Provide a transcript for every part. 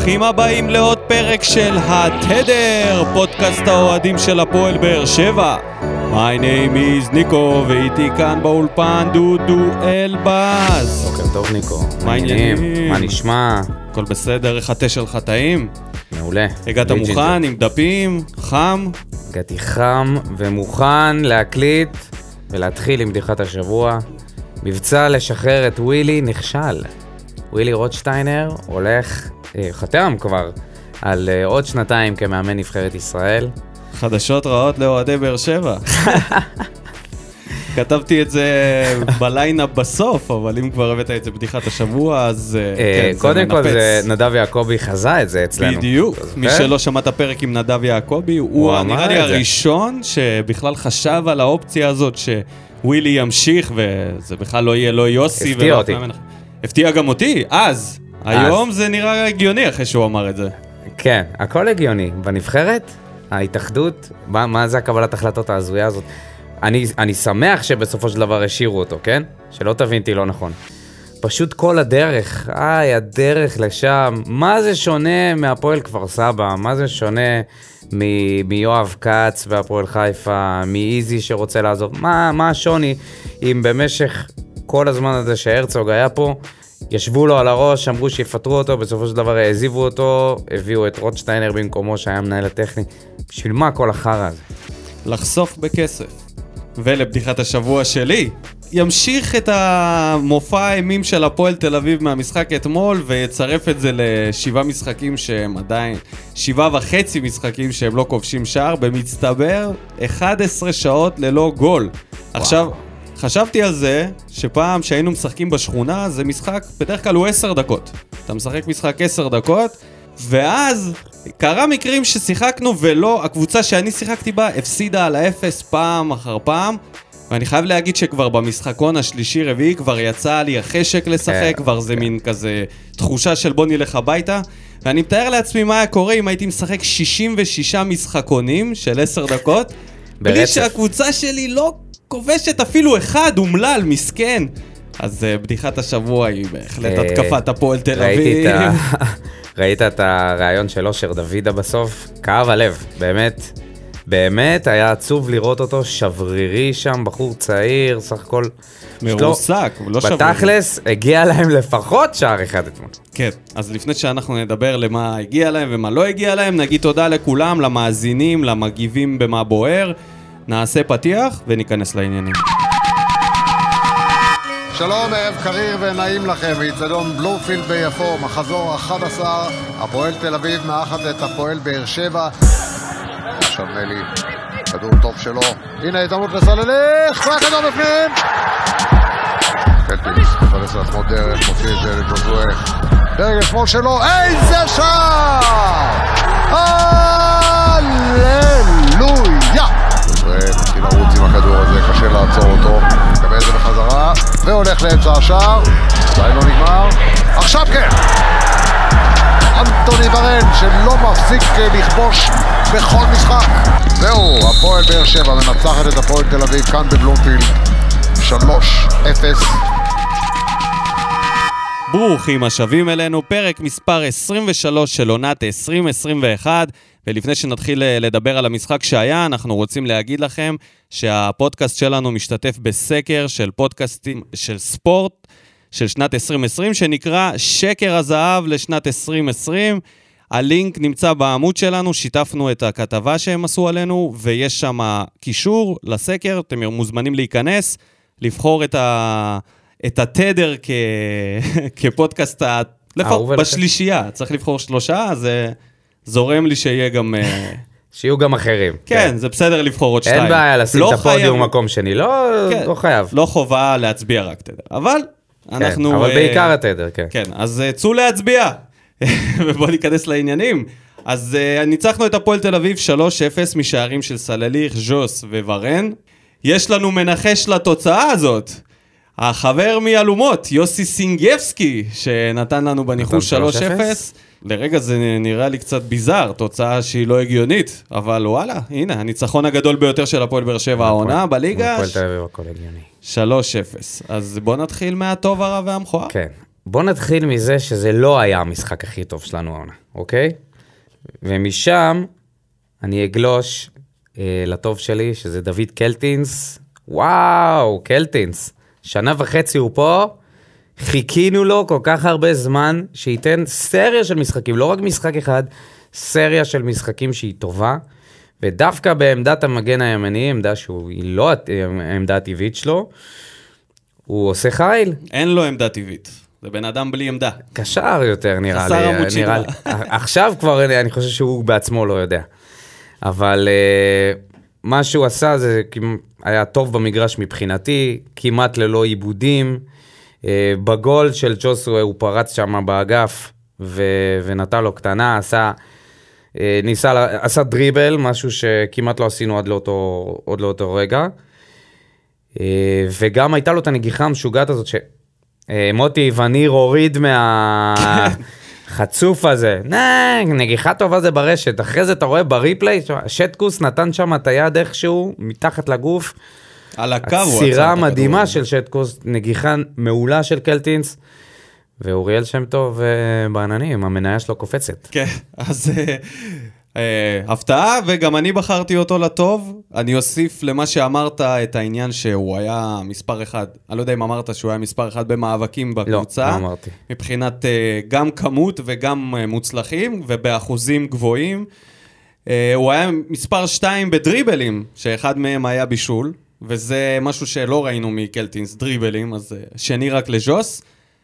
ברוכים הבאים לעוד פרק של התדר, פודקאסט האוהדים של הפועל באר שבע. My name is ניקו, ואיתי כאן באולפן דודו אלבאז. בוקר טוב ניקו. מה העניינים? מה נשמע? הכל בסדר, איך התה שלך טעים? מעולה. הגעת מוכן עם דפים, חם? הגעתי חם ומוכן להקליט ולהתחיל עם בדיחת השבוע. מבצע לשחרר את ווילי נכשל. ווילי רוטשטיינר הולך, חתם כבר על עוד שנתיים כמאמן נבחרת ישראל. חדשות רעות לאוהדי באר שבע. כתבתי את זה בליינאפ בסוף, אבל אם כבר הבאת את זה בדיחת השבוע, אז כן, קודם כל זה נדב יעקובי חזה את זה אצלנו. בדיוק, מי שלא שמע את הפרק עם נדב יעקובי, הוא נראה לי הראשון שבכלל חשב על האופציה הזאת שווילי ימשיך, וזה בכלל לא יהיה לא יוסי. הפתיע אותי. הפתיע גם אותי, אז. היום זה נראה הגיוני אחרי שהוא אמר את זה. כן, הכל הגיוני. בנבחרת, ההתאחדות, מה זה הקבלת החלטות ההזויה הזאת? אני שמח שבסופו של דבר השאירו אותו, כן? שלא תבינתי לא נכון. פשוט כל הדרך, הדרך לשם, מה זה שונה מהפועל כפר סבא? מה זה שונה מיואב קץ והפועל חיפה, מאיזי שרוצה לעזוב? מה השוני אם במשך כל הזמן הזה שהרצוג היה פה, ישבו לו על הראש, אמרו שיפטרו אותו, בסופו של דבר העזיבו אותו, הביאו את רוטשטיינר במקומו שהיה מנהל הטכני. בשביל מה כל החרא הזה? לחסוך בכסף. ולבדיחת השבוע שלי, ימשיך את המופע האימים של הפועל תל אביב מהמשחק אתמול, ויצרף את זה ל7 משחקים שהם עדיין, 7.5 משחקים שהם לא כובשים שער, במצטבר 11 שעות ללא גול. עכשיו, חשבתי על זה שפעם שהיינו משחקים בשכונה, זה משחק, בדרך כלל הוא 10 דקות. אתה משחק משחק 10 דקות, ואז קרה מקרים ששיחקנו ולא, הקבוצה שאני שיחקתי בה הפסידה על האפס פעם אחר פעם, ואני חייב להגיד שכבר במשחקון השלישי-רביעי כבר יצא לי החשק לשחק, כבר זה מין כזה תחושה של בוא נלך הביתה, ואני מתאר לעצמי מה היה קורה אם הייתי משחק 66 משחקונים של 10 דקות, בלי שהקבוצה שלי לא כובשת אפילו אחד, אומלל, מסכן. אז בדיחת השבוע היא בהחלט התקפת הפועל תל אביב. ראית את הרעיון של אושר דוידה בסוף? כאב הלב, באמת היה עצוב לראות אותו, שברירי שם, בחור צעיר, סך הכל מרוסק, הוא לא שברירי. בתכלס הגיע להם לפחות שער אחד אתמול. כן, אז לפני שאנחנו נדבר למה הגיע להם ומה לא הגיע להם, נגיד תודה לכולם, למאזינים, למגיבים במה בוער, נעשה פתיח וניכנס לעניינים. שלום, ערב קריר ונעים לכם, באצטדיון בלומפילד ביפו, מחזור 11, הפועל תל אביב מארחת את הפועל באר שבע. עכשיו נלי, כדור טוב שלו, הנה הזדמנות לסלליך, והכדור בפנים! קלטינס, מפלס לעצמו דרך, מוציא את זה לג'וזואה, ברגל שמאל שלו, איזה שער! הללויה! מתחיל לרוץ עם הכדור הזה, קשה לעצור אותו, מקבל את זה בחזרה והולך לאמצע השער, עדיין לא נגמר, עכשיו כן! אנטוני ורן שלא מפסיק לכבוש בכל משחק. זהו, הפועל באר שבע מנצחת את הפועל תל אביב כאן בבלומפילד 3-0. ברוכים השבים אלינו, פרק מספר 23 של עונת 2021, ולפני שנתחיל לדבר על המשחק שהיה, אנחנו רוצים להגיד לכם שהפודקאסט שלנו משתתף בסקר של פודקאסטים של ספורט של שנת 2020, שנקרא שקר הזהב לשנת 2020. הלינק נמצא בעמוד שלנו, שיתפנו את הכתבה שהם עשו עלינו, ויש שם קישור לסקר, אתם מוזמנים להיכנס, לבחור את התדר כפודקאסט בשלישייה, צריך לבחור 3, אז זורם לי שיהיה גם... שיהיו גם אחרים. כן, זה בסדר לבחור עוד 2. אין בעיה לשים את הפודיום מקום שני, לא חייב. לא חובה להצביע רק תדר, אבל אנחנו... אבל בעיקר התדר, כן. כן, אז צאו להצביע, ובואו ניכנס לעניינים. אז ניצחנו את הפועל תל אביב 3-0 משערים של סלליך, ז'וס וורן. יש לנו מנחש לתוצאה הזאת. החבר מאלומות, יוסי סינגבסקי, שנתן לנו בניחוש 3-0. לרגע זה נראה לי קצת ביזר, תוצאה שהיא לא הגיונית, אבל וואלה, הנה, הניצחון הגדול ביותר של הפועל באר שבע העונה בליגה. הפועל תל אביב הכל הגיוני. 3-0. אז בוא נתחיל מהטוב, הרע והמכוער. כן. בוא נתחיל מזה שזה לא היה המשחק הכי טוב שלנו העונה, אוקיי? ומשם אני אגלוש לטוב שלי, שזה דוד קלטינס. וואו, קלטינס. 1.5 שנה הוא פה, חיכינו לו כל כך הרבה זמן, שייתן סריה של משחקים, לא רק משחק אחד, סריה של משחקים שהיא טובה, ודווקא בעמדת המגן הימני, עמדה שהיא לא העמדה הטבעית שלו, הוא עושה חייל. אין לו עמדה טבעית. זה בן אדם בלי עמדה. קשר יותר נראה לי. חסר עמוד שדרה. עכשיו כבר אני חושב שהוא בעצמו לא יודע. אבל מה שהוא עשה זה היה טוב במגרש מבחינתי, כמעט ללא עיבודים. בגול של ג'וסווה הוא פרץ שם באגף ונתן לו קטנה, עשה דריבל, משהו שכמעט לא עשינו עד לאותו רגע. וגם הייתה לו את הנגיחה המשוגעת הזאת שמוטי וניר הוריד מהחצוף הזה. נגיחה טובה זה ברשת. אחרי זה אתה רואה בריפלי, שטקוס נתן שם את היד איכשהו מתחת לגוף. על הקו הוא עצר. הצירה מדהימה של שטקוס, נגיחה מעולה של קלטינס, ואוריאל שם טוב בעננים, המניה שלו קופצת. כן, אז הפתעה, וגם אני בחרתי אותו לטוב. אני אוסיף למה שאמרת את העניין שהוא היה מספר אחד. אני לא יודע אם אמרת שהוא היה מספר אחד במאבקים בקבוצה. לא אמרתי. מבחינת גם כמות וגם מוצלחים, ובאחוזים גבוהים. הוא היה מספר 2 בדריבלים, שאחד מהם היה בישול, וזה משהו שלא ראינו מקלטינס, דריבלים, אז שני רק לג'וס.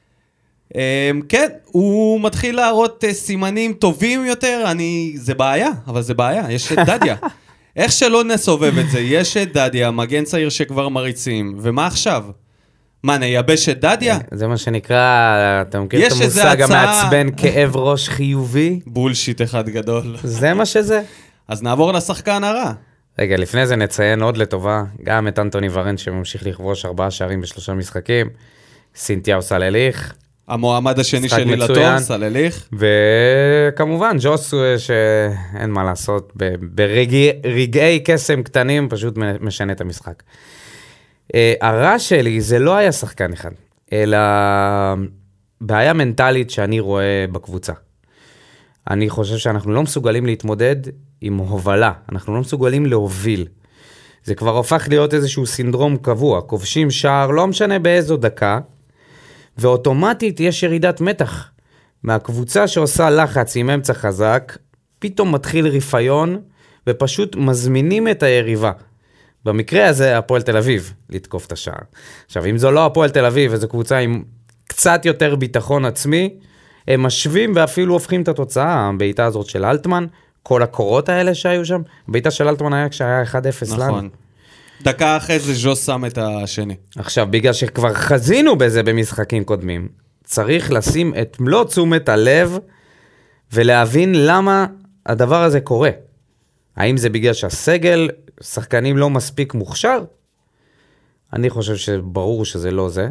כן, הוא מתחיל להראות סימנים טובים יותר, זה בעיה, אבל זה בעיה, יש את דדיה. איך שלא נסובב את זה, יש את דדיה, מגן צעיר שכבר מריצים, ומה עכשיו? מה, נייבש את דדיה? זה מה שנקרא, אתה מכיר את המושג המעצבן כאב ראש חיובי? בולשיט אחד גדול. זה מה שזה? אז נעבור לשחקן הרע. רגע, לפני זה נציין עוד לטובה, גם את אנטוני ורן שממשיך לכבוש 4 שערים ב3 משחקים, סינתיהו סלליך, המועמד השני שלי לטוב, סלליך. וכמובן, ג'וסווה שאין מה לעשות, ברגעי קסם קטנים פשוט משנה את המשחק. הרע שלי זה לא היה שחקן אחד, אלא בעיה מנטלית שאני רואה בקבוצה. אני חושב שאנחנו לא מסוגלים להתמודד עם הובלה, אנחנו לא מסוגלים להוביל. זה כבר הופך להיות איזשהו סינדרום קבוע, כובשים שער, לא משנה באיזו דקה, ואוטומטית יש ירידת מתח. מהקבוצה שעושה לחץ עם אמצע חזק, פתאום מתחיל ריפיון, ופשוט מזמינים את היריבה. במקרה הזה, הפועל תל אביב, לתקוף את השער. עכשיו, אם זו לא הפועל תל אביב, וזו קבוצה עם קצת יותר ביטחון עצמי, הם משווים ואפילו הופכים את התוצאה, הבעיטה הזאת של אלטמן, כל הקורות האלה שהיו שם, הבעיטה של אלטמן היה כשהיה 1-0 לנו. נכון. דקה אחרי זה ז'וס שם את השני. עכשיו, בגלל שכבר חזינו בזה במשחקים קודמים, צריך לשים את מלוא תשומת הלב, ולהבין למה הדבר הזה קורה. האם זה בגלל שהסגל, שחקנים לא מספיק מוכשר? אני חושב שברור שזה לא זה.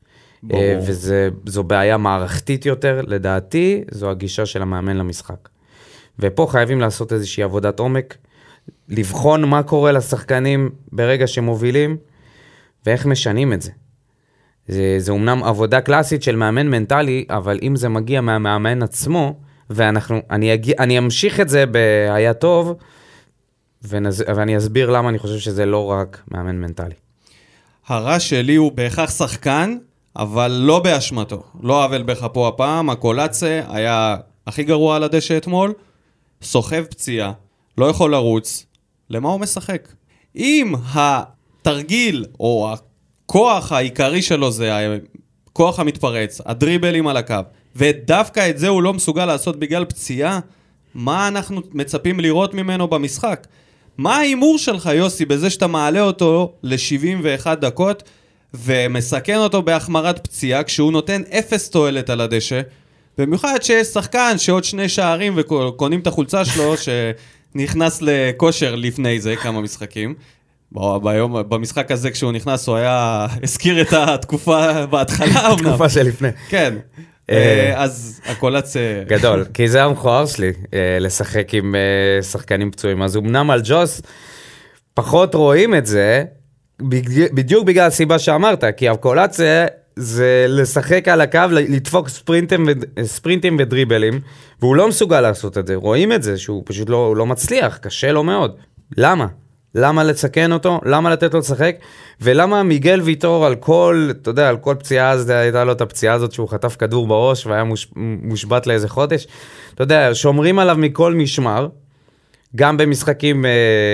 וזו בעיה מערכתית יותר, לדעתי, זו הגישה של המאמן למשחק. ופה חייבים לעשות איזושהי עבודת עומק, לבחון מה קורה לשחקנים ברגע שמובילים, ואיך משנים את זה. זה אומנם עבודה קלאסית של מאמן מנטלי, אבל אם זה מגיע מהמאמן עצמו, אני אמשיך את זה בהיה טוב, ואני אסביר למה אני חושב שזה לא רק מאמן מנטלי. הרע שלי הוא בהכרח שחקן, אבל לא באשמתו. לא אבל בכפו הפעם, הקולצה היה הכי גרוע על הדשא אתמול, סוחב פציעה, לא יכול לרוץ, למה הוא משחק? אם התרגיל או הכוח העיקרי שלו זה הכוח המתפרץ, הדריבלים על הקו, ודווקא את זה הוא לא מסוגל לעשות בגלל פציעה, מה אנחנו מצפים לראות ממנו במשחק? מה האימור שלך, יוסי, בזה שאתה מעלה אותו ל-71 דקות, ומסכן אותו בהחמרת פציעה, כשהוא נותן 0 תועלת על הדשא, במיוחד שיש שחקן שעוד 2 שערים וקונים את החולצה שלו, שנכנס לכושר לפני זה כמה משחקים. במשחק הזה כשהוא נכנס הוא הזכיר את התקופה בהתחלה. התקופה שלפני. כן. אז הקולץ גדול, כי זה המכוער שלי לשחק עם שחקנים פצועים. אז אמנם על ג'וס פחות רואים את זה, בדיוק בגלל הסיבה שאמרת, כי הקולץ זה לשחק על הקו, לדפוק ספרינטים ודריבלים, והוא לא מסוגל לעשות את זה. רואים את זה, שהוא פשוט לא מצליח, קשה לו מאוד. למה? למה לצקן אותו? למה לתת לו לשחק? ולמה מיגל ויטור על כל, אתה יודע, על כל פציעה, אז הייתה לו את הפציעה הזאת שהוא חטף כדור בראש, והיה מושבת לאיזה חודש. אתה יודע, שומרים עליו מכל משמר, גם במשחקים,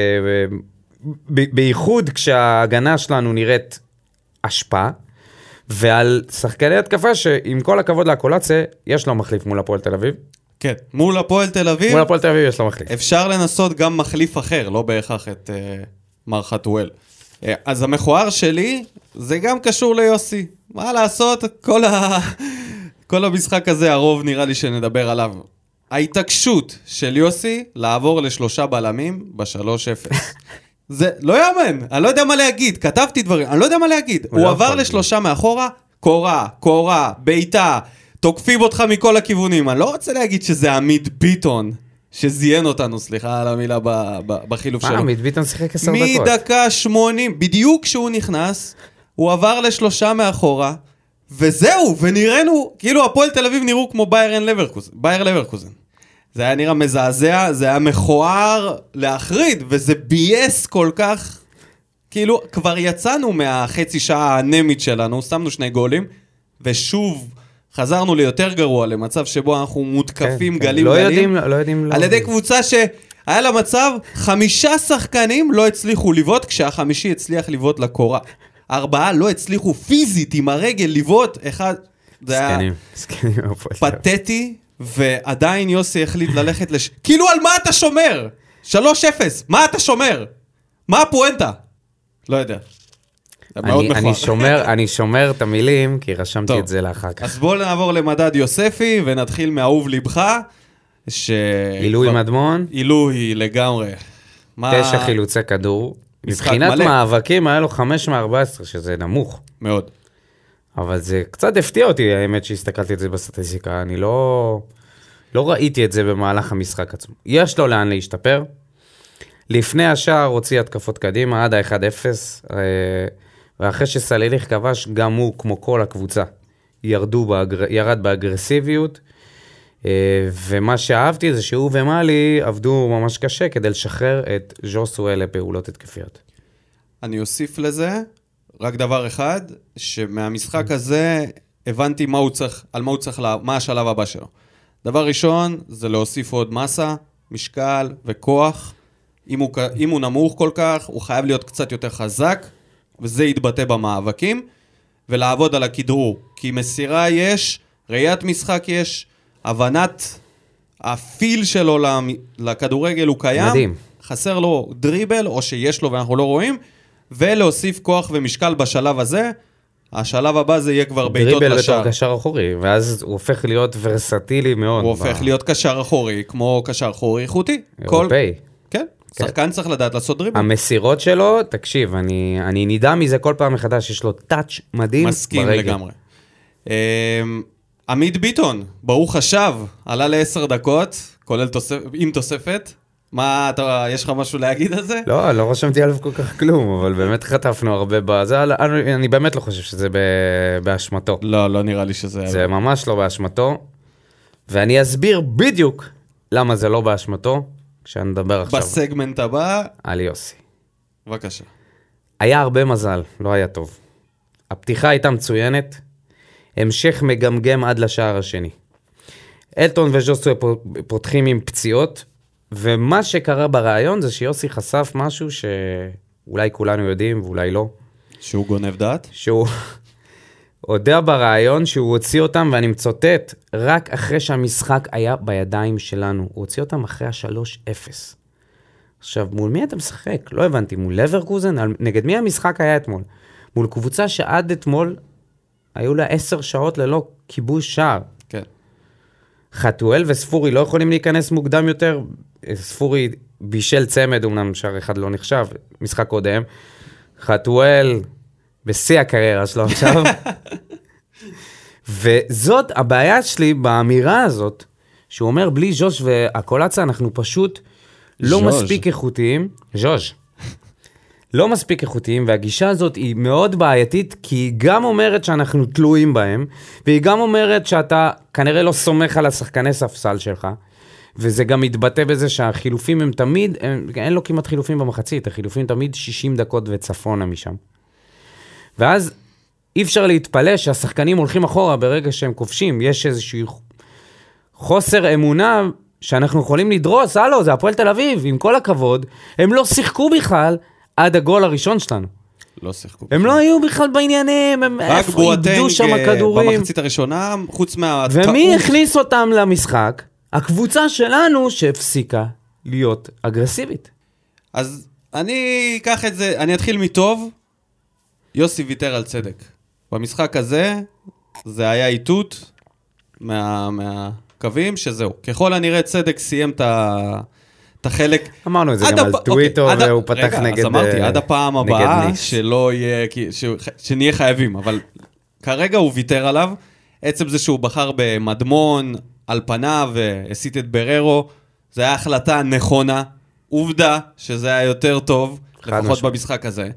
בייחוד כשההגנה שלנו נראית השפעה, ועל שחקני התקפה שעם כל הכבוד לאקולציה, יש לו מחליף מול הפועל תל אביב. כן, מול הפועל תל אביב. מול הפועל תל אביב יש לו מחליף. אפשר לנסות גם מחליף אחר, לא בהכרח את מר חתואל. אז המכוער שלי, זה גם קשור ליוסי. מה לעשות? כל המשחק הזה, הרוב נראה לי שנדבר עליו. ההתעקשות של יוסי לעבור ל3 בלמים ב-3-0. זה לא יאמן, אני לא יודע מה להגיד, כתבתי דברים, אני לא יודע מה להגיד. הוא עבר ל3 מאחורה, קורה, בעיטה, תוקפים אותך מכל הכיוונים. אני לא רוצה להגיד שזה עמית ביטון, שזיין אותנו, סליחה על המילה בחילוף שלו. עמית ביטון שיחק 10 דקות. מדקה 80, בדיוק כשהוא נכנס, הוא עבר ל3 מאחורה, וזהו, ונראינו, כאילו הפועל תל אביב נראו כמו בייר לברקוזן. זה היה נראה מזעזע, זה היה מכוער להחריד, וזה בייס כל כך, כאילו כבר יצאנו מהחצי שעה האנמית שלנו, שמנו 2 גולים, ושוב חזרנו ליותר גרוע, למצב שבו אנחנו מותקפים גלים. לא יודעים. על ידי קבוצה שהיה לה מצב, 5 שחקנים לא הצליחו לבעוט, כשה5 הצליח לבעוט לקורה. 4 לא הצליחו פיזית עם הרגל לבעוט, אחד, זה היה פתטי, ועדיין יוסי החליט ללכת כאילו על מה אתה שומר? 3-0, מה אתה שומר? מה הפואנטה? לא יודע. אני שומר את המילים, כי רשמתי את זה לאחר כך. אז בואו נעבור למדד יוספי, ונתחיל מאהוב לבך, עילוי מדמון. עילוי לגמרי. 9 חילוצי כדור. מבחינת מאבקים היה לו 5 מ-14, שזה נמוך. מאוד. אבל זה קצת הפתיע אותי, האמת שהסתכלתי את זה בסטטיסטיקה. אני לא ראיתי את זה במהלך המשחק עצמו. יש לו לאן להשתפר. לפני השער הוציא התקפות קדימה, עד ה-1-0, ואחרי שסליליך כבש, גם הוא, כמו כל הקבוצה, ירד באגרסיביות, ומה שאהבתי זה שהוא ומלי עבדו ממש קשה כדי לשחרר את ז'וסווה לפעולות התקפיות. אני אוסיף לזה, רק דבר אחד, שמהמשחק הזה הבנתי מה הוא צריך, על מה הוא צריך, מה השלב הבא שלו. דבר ראשון, זה להוסיף עוד מסה, משקל וכוח. אם הוא נמוך כל כך, הוא חייב להיות קצת יותר חזק, וזה יתבטא במאבקים, ולעבוד על הכדרור. כי מסירה יש, ראיית משחק יש, הבנת הפיל שלו לכדורגל הוא קיים, מדהים. חסר לו דריבל, או שיש לו ואנחנו לא רואים, ולהוסיף כוח ומשקל בשלב הזה, השלב הבא זה יהיה כבר בעיטות לשער. דריבל בתור קשר אחורי, ואז הוא הופך להיות ורסטילי מאוד. הוא הופך להיות קשר אחורי, כמו קשר אחורי איכותי. אירופאי. כן, שחקן צריך לדעת לעשות דריבל. המסירות שלו, תקשיב, אני נדע מזה כל פעם מחדש, יש לו טאץ' מדהים ברגל. מסכים לגמרי. עמית ביטון, ברוך השב, עלה ל10 דקות, כולל עם תוספת. מה, יש לך משהו להגיד על זה? לא רשמתי עליו כל כך כלום, אבל באמת חטפנו הרבה בזה, אני באמת לא חושב שזה באשמתו. לא נראה לי שזה... זה ממש לא באשמתו, ואני אסביר בדיוק למה זה לא באשמתו, כשאני מדבר עכשיו. בסגמנט הבא... על יוסי. בבקשה. היה הרבה מזל, לא היה טוב. הפתיחה הייתה מצוינת, המשך מגמגם עד לשער השני. אלטון וז'וסו פותחים עם פציעות, ומה שקרה ברעיון זה שיוסי חשף משהו שאולי כולנו יודעים ואולי לא. שהוא גונב דעת? שהוא הודע ברעיון שהוא הוציא אותם, ואני מצוטט, רק אחרי שהמשחק היה בידיים שלנו. הוא הוציא אותם אחרי ה-3-0. עכשיו, מול מי אתה משחק? לא הבנתי, מול לברקוזן? נגד מי המשחק היה אתמול? מול קבוצה שעד אתמול היו לה 10 שעות ללא כיבוש שער. כן. חתואל וספורי לא יכולים להיכנס מוקדם יותר. ספורי בישל צמד, אמנם שער אחד לא נחשב, משחק קודם. חתואל בשיא הקריירה שלו עכשיו. וזאת הבעיה שלי באמירה הזאת, שהוא אומר, בלי ז'וז' והקולציה אנחנו פשוט לא מספיק איכותיים. ז'וז'. לא מספיק איכותיים, והגישה הזאת היא מאוד בעייתית, כי היא גם אומרת שאנחנו תלויים בהם, והיא גם אומרת שאתה כנראה לא סומך על השחקני ספסל שלך, וזה גם מתבטא בזה שהחילופים הם תמיד, אין לו כמעט חילופים במחצית, החילופים תמיד 60 דקות וצפונה משם. ואז אי אפשר להתפלא שהשחקנים הולכים אחורה ברגע שהם כובשים, יש איזושהי חוסר אמונה שאנחנו יכולים לדרוס, הלו, זה הפועל תל אביב, עם כל הכבוד, הם לא שיחקו בכלל עד הגול הראשון שלנו. לא שיחקו. הם לא היו בכלל בעניינים, הם איבדו שם הכדורים. במחצית הראשונה, חוץ מהטעות. ומי הכניס אותם למשחק? הקבוצה שלנו שהפסיקה להיות אגרסיבית. אז אני אקח את זה, אני אתחיל מטוב, יוסי ויתר על צדק. במשחק הזה, זה היה איתות מהקווים שזהו. ככל הנראה צדק סיים את החלק. אמרנו את זה גם על טוויטר, והוא פתח נגד... אז אמרתי, עד הפעם הבאה שלא יהיה, שנהיה חייבים, אבל כרגע הוא ויתר עליו, עצם זה שהוא בחר במדמון, על פניו, והסיט את בררו, זה היה החלטה נכונה, עובדה שזה היה יותר טוב, לפחות במשחק הזה.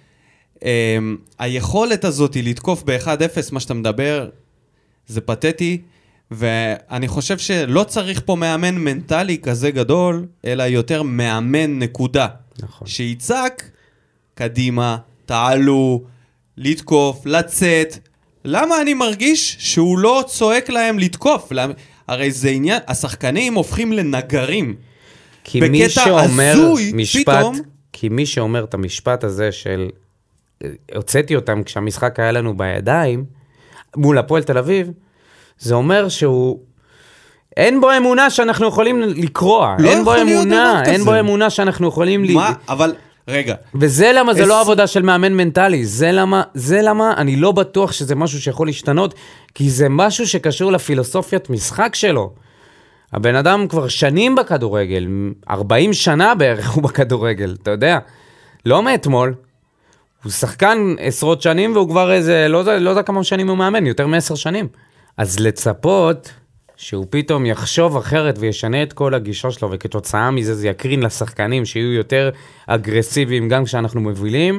היכולת הזאת היא לתקוף ב-1-0, מה שאתה מדבר, זה פתטי, ואני חושב שלא צריך פה מאמן מנטלי כזה גדול, אלא יותר מאמן נקודה. נכון. שיצק קדימה, תעלו, לתקוף, לצאת. למה אני מרגיש שהוא לא צועק להם לתקוף? הרי זה עניין, השחקנים הופכים לנגרים. כי מי שאומר משפט, כי מי שאומר את המשפט הזה של, הוצאתי אותם כשהמשחק היה לנו בידיים, מול הפועל תל אביב, זה אומר שהוא, אין בו אמונה שאנחנו יכולים לקרוע. לא אין בו יכול להיות אמונה, דבר אין כזה. בו אמונה שאנחנו יכולים... מה? אבל, רגע. וזה למה זה לא עבודה של מאמן מנטלי. זה למה אני לא בטוח שזה משהו שיכול להשתנות, כי זה משהו שקשור לפילוסופיית משחק שלו. הבן אדם כבר שנים בכדורגל, 40 שנה בערך הוא בכדורגל, אתה יודע. לא מאתמול. הוא שחקן עשרות שנים, והוא כבר איזה, לא יודע כמה שנים הוא מאמן, יותר מ10 שנים. אז לצפות שהוא פתאום יחשוב אחרת וישנה את כל הגישה שלו, וכתוצאה מזה זה יקרין לשחקנים שיהיו יותר אגרסיביים גם כשאנחנו מובילים,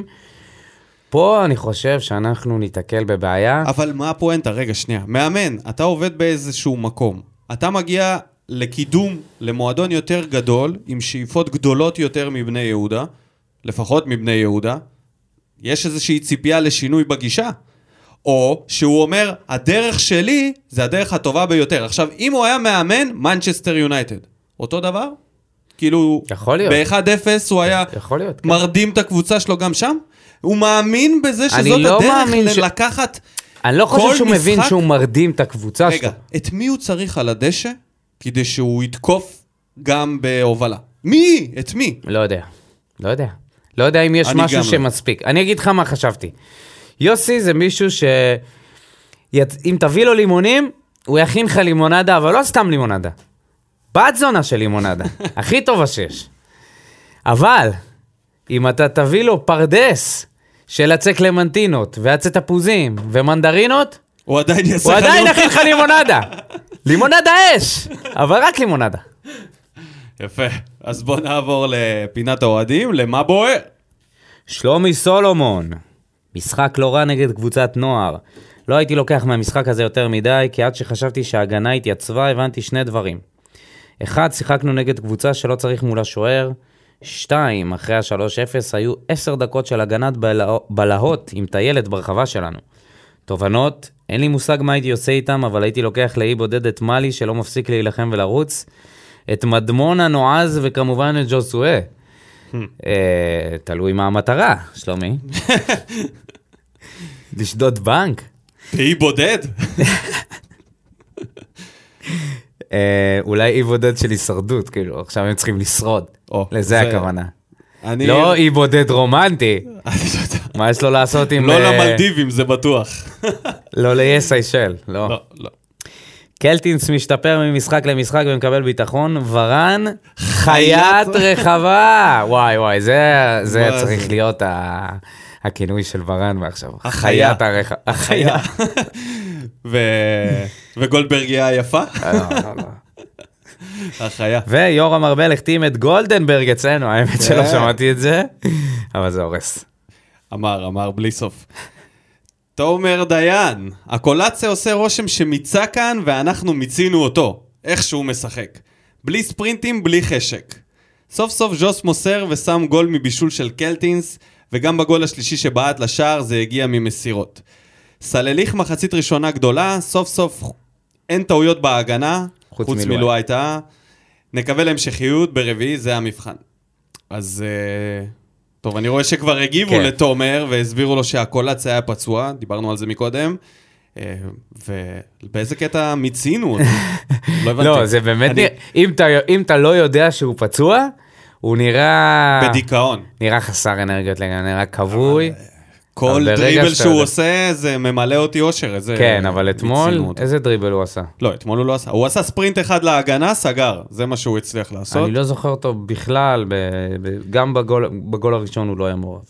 פה אני חושב שאנחנו ניתקל בבעיה. אבל מה הפואנטה? רגע, שנייה. מאמן, אתה עובד באיזשהו מקום. אתה מגיע לקידום, למועדון יותר גדול, עם שאיפות גדולות יותר מבני יהודה, לפחות מבני יהודה. יש איזושהי ציפייה לשינוי בגישה. או שהוא אומר, הדרך שלי זה הדרך הטובה ביותר. עכשיו, אם הוא היה מאמן, מנצ'סטר יונייטד. אותו דבר? כאילו, ב-1-0 הוא היה מרדים את הקבוצה שלו גם שם? הוא מאמין בזה שזאת הדרך לקחת... אני לא חושב שהוא מבין שהוא מרדים את הקבוצה שלו. רגע, את מי הוא צריך על הדשא כדי שהוא יתקוף גם בהובלה? מי? את מי? לא יודע. לא יודע אם יש משהו שמספיק. אני אגיד לך מה חשבתי. יוסי זה מישהו אם תביא לו לימונים, הוא יכין לך לימונדה, אבל לא סתם לימונדה. בת זונה של לימונדה. הכי טובה שיש. אבל, אם אתה תביא לו פרדס של עצי קלמנטינות, ועצי תפוזים, ומנדרינות, הוא עדיין יכין לך לימונדה. לימונדה אש, אבל רק לימונדה. יפה. אז בוא נעבור לפינת האוהדים, למה בוער? שלומי סולומון. משחק לא רע נגד קבוצת נוער. לא הייתי לוקח מהמשחק הזה יותר מדי, כי עד שחשבתי שההגנה התייצבה, הבנתי שני דברים. 1, שיחקנו נגד קבוצה שלא צריך מולה שוער. 2, אחרי ה-3-0, היו 10 דקות של הגנת בלהות עם טיילת ברחבה שלנו. תובנות, אין לי מושג מה הייתי עושה איתם, אבל הייתי לוקח לאי בודד את מלי שלא מפסיק להילחם ולרוץ, את מדמון הנועז וכמובן את ג'וסואה. תלוי מה המטרה, שלומי. לשדוד בנק. אי בודד? אולי אי בודד של הישרדות, כאילו, עכשיו הם צריכים לשרוד. לזה הכוונה. לא אי בודד רומנטי. מה יש לו לעשות עם... לא למלדיבים, זה בטוח. לא ליסיישל, לא. לא. קלטינס משתפר ממשחק למשחק ומקבל ביטחון, ורן חיית רחבה. וואי, זה צריך להיות הכינוי של ורן מעכשיו. חיית הרחבה. החיה. וגולדברג יהיה היפה? לא. החיה. ויורם ארבל החתים את גולדנברג אצלנו, האמת שלא שמעתי את זה, אבל זה הורס. אמר, בלי סוף. תומר דיין, הקולציה עושה רושם שמיצה כאן ואנחנו מיצינו אותו, איך שהוא משחק. בלי ספרינטים, בלי חשק. סוף סוף ג'וס מוסר ושם גול מבישול של קלטינס, וגם בגול השלישי שבעט לשער זה הגיע ממסירות. סלליך מחצית ראשונה גדולה, סוף סוף אין טעויות בהגנה, חוץ מילואה הייתה. נקווה להמשכיות ברביעי, זה המבחן. אז טוב, אני רואה שכבר הגיבו לתומר, והסבירו לו שהקולציה היה פצוע, דיברנו על זה מקודם, ובאיזה קטע מיצינו אותו? לא הבנתי. לא, זה באמת, אם אתה לא יודע שהוא פצוע, הוא נראה... בדיכאון. נראה חסר אנרגיות, נראה כבוי. כל דריבל שהוא עושה, זה ממלא אותי אושר. כן, אבל אתמול, איזה דריבל הוא עשה? לא, אתמול הוא לא עשה. הוא עשה ספרינט אחד להגנה, סגר. זה מה שהוא הצליח לעשות. אני לא זוכר אותו בכלל, גם בגול הראשון הוא לא היה מעורב.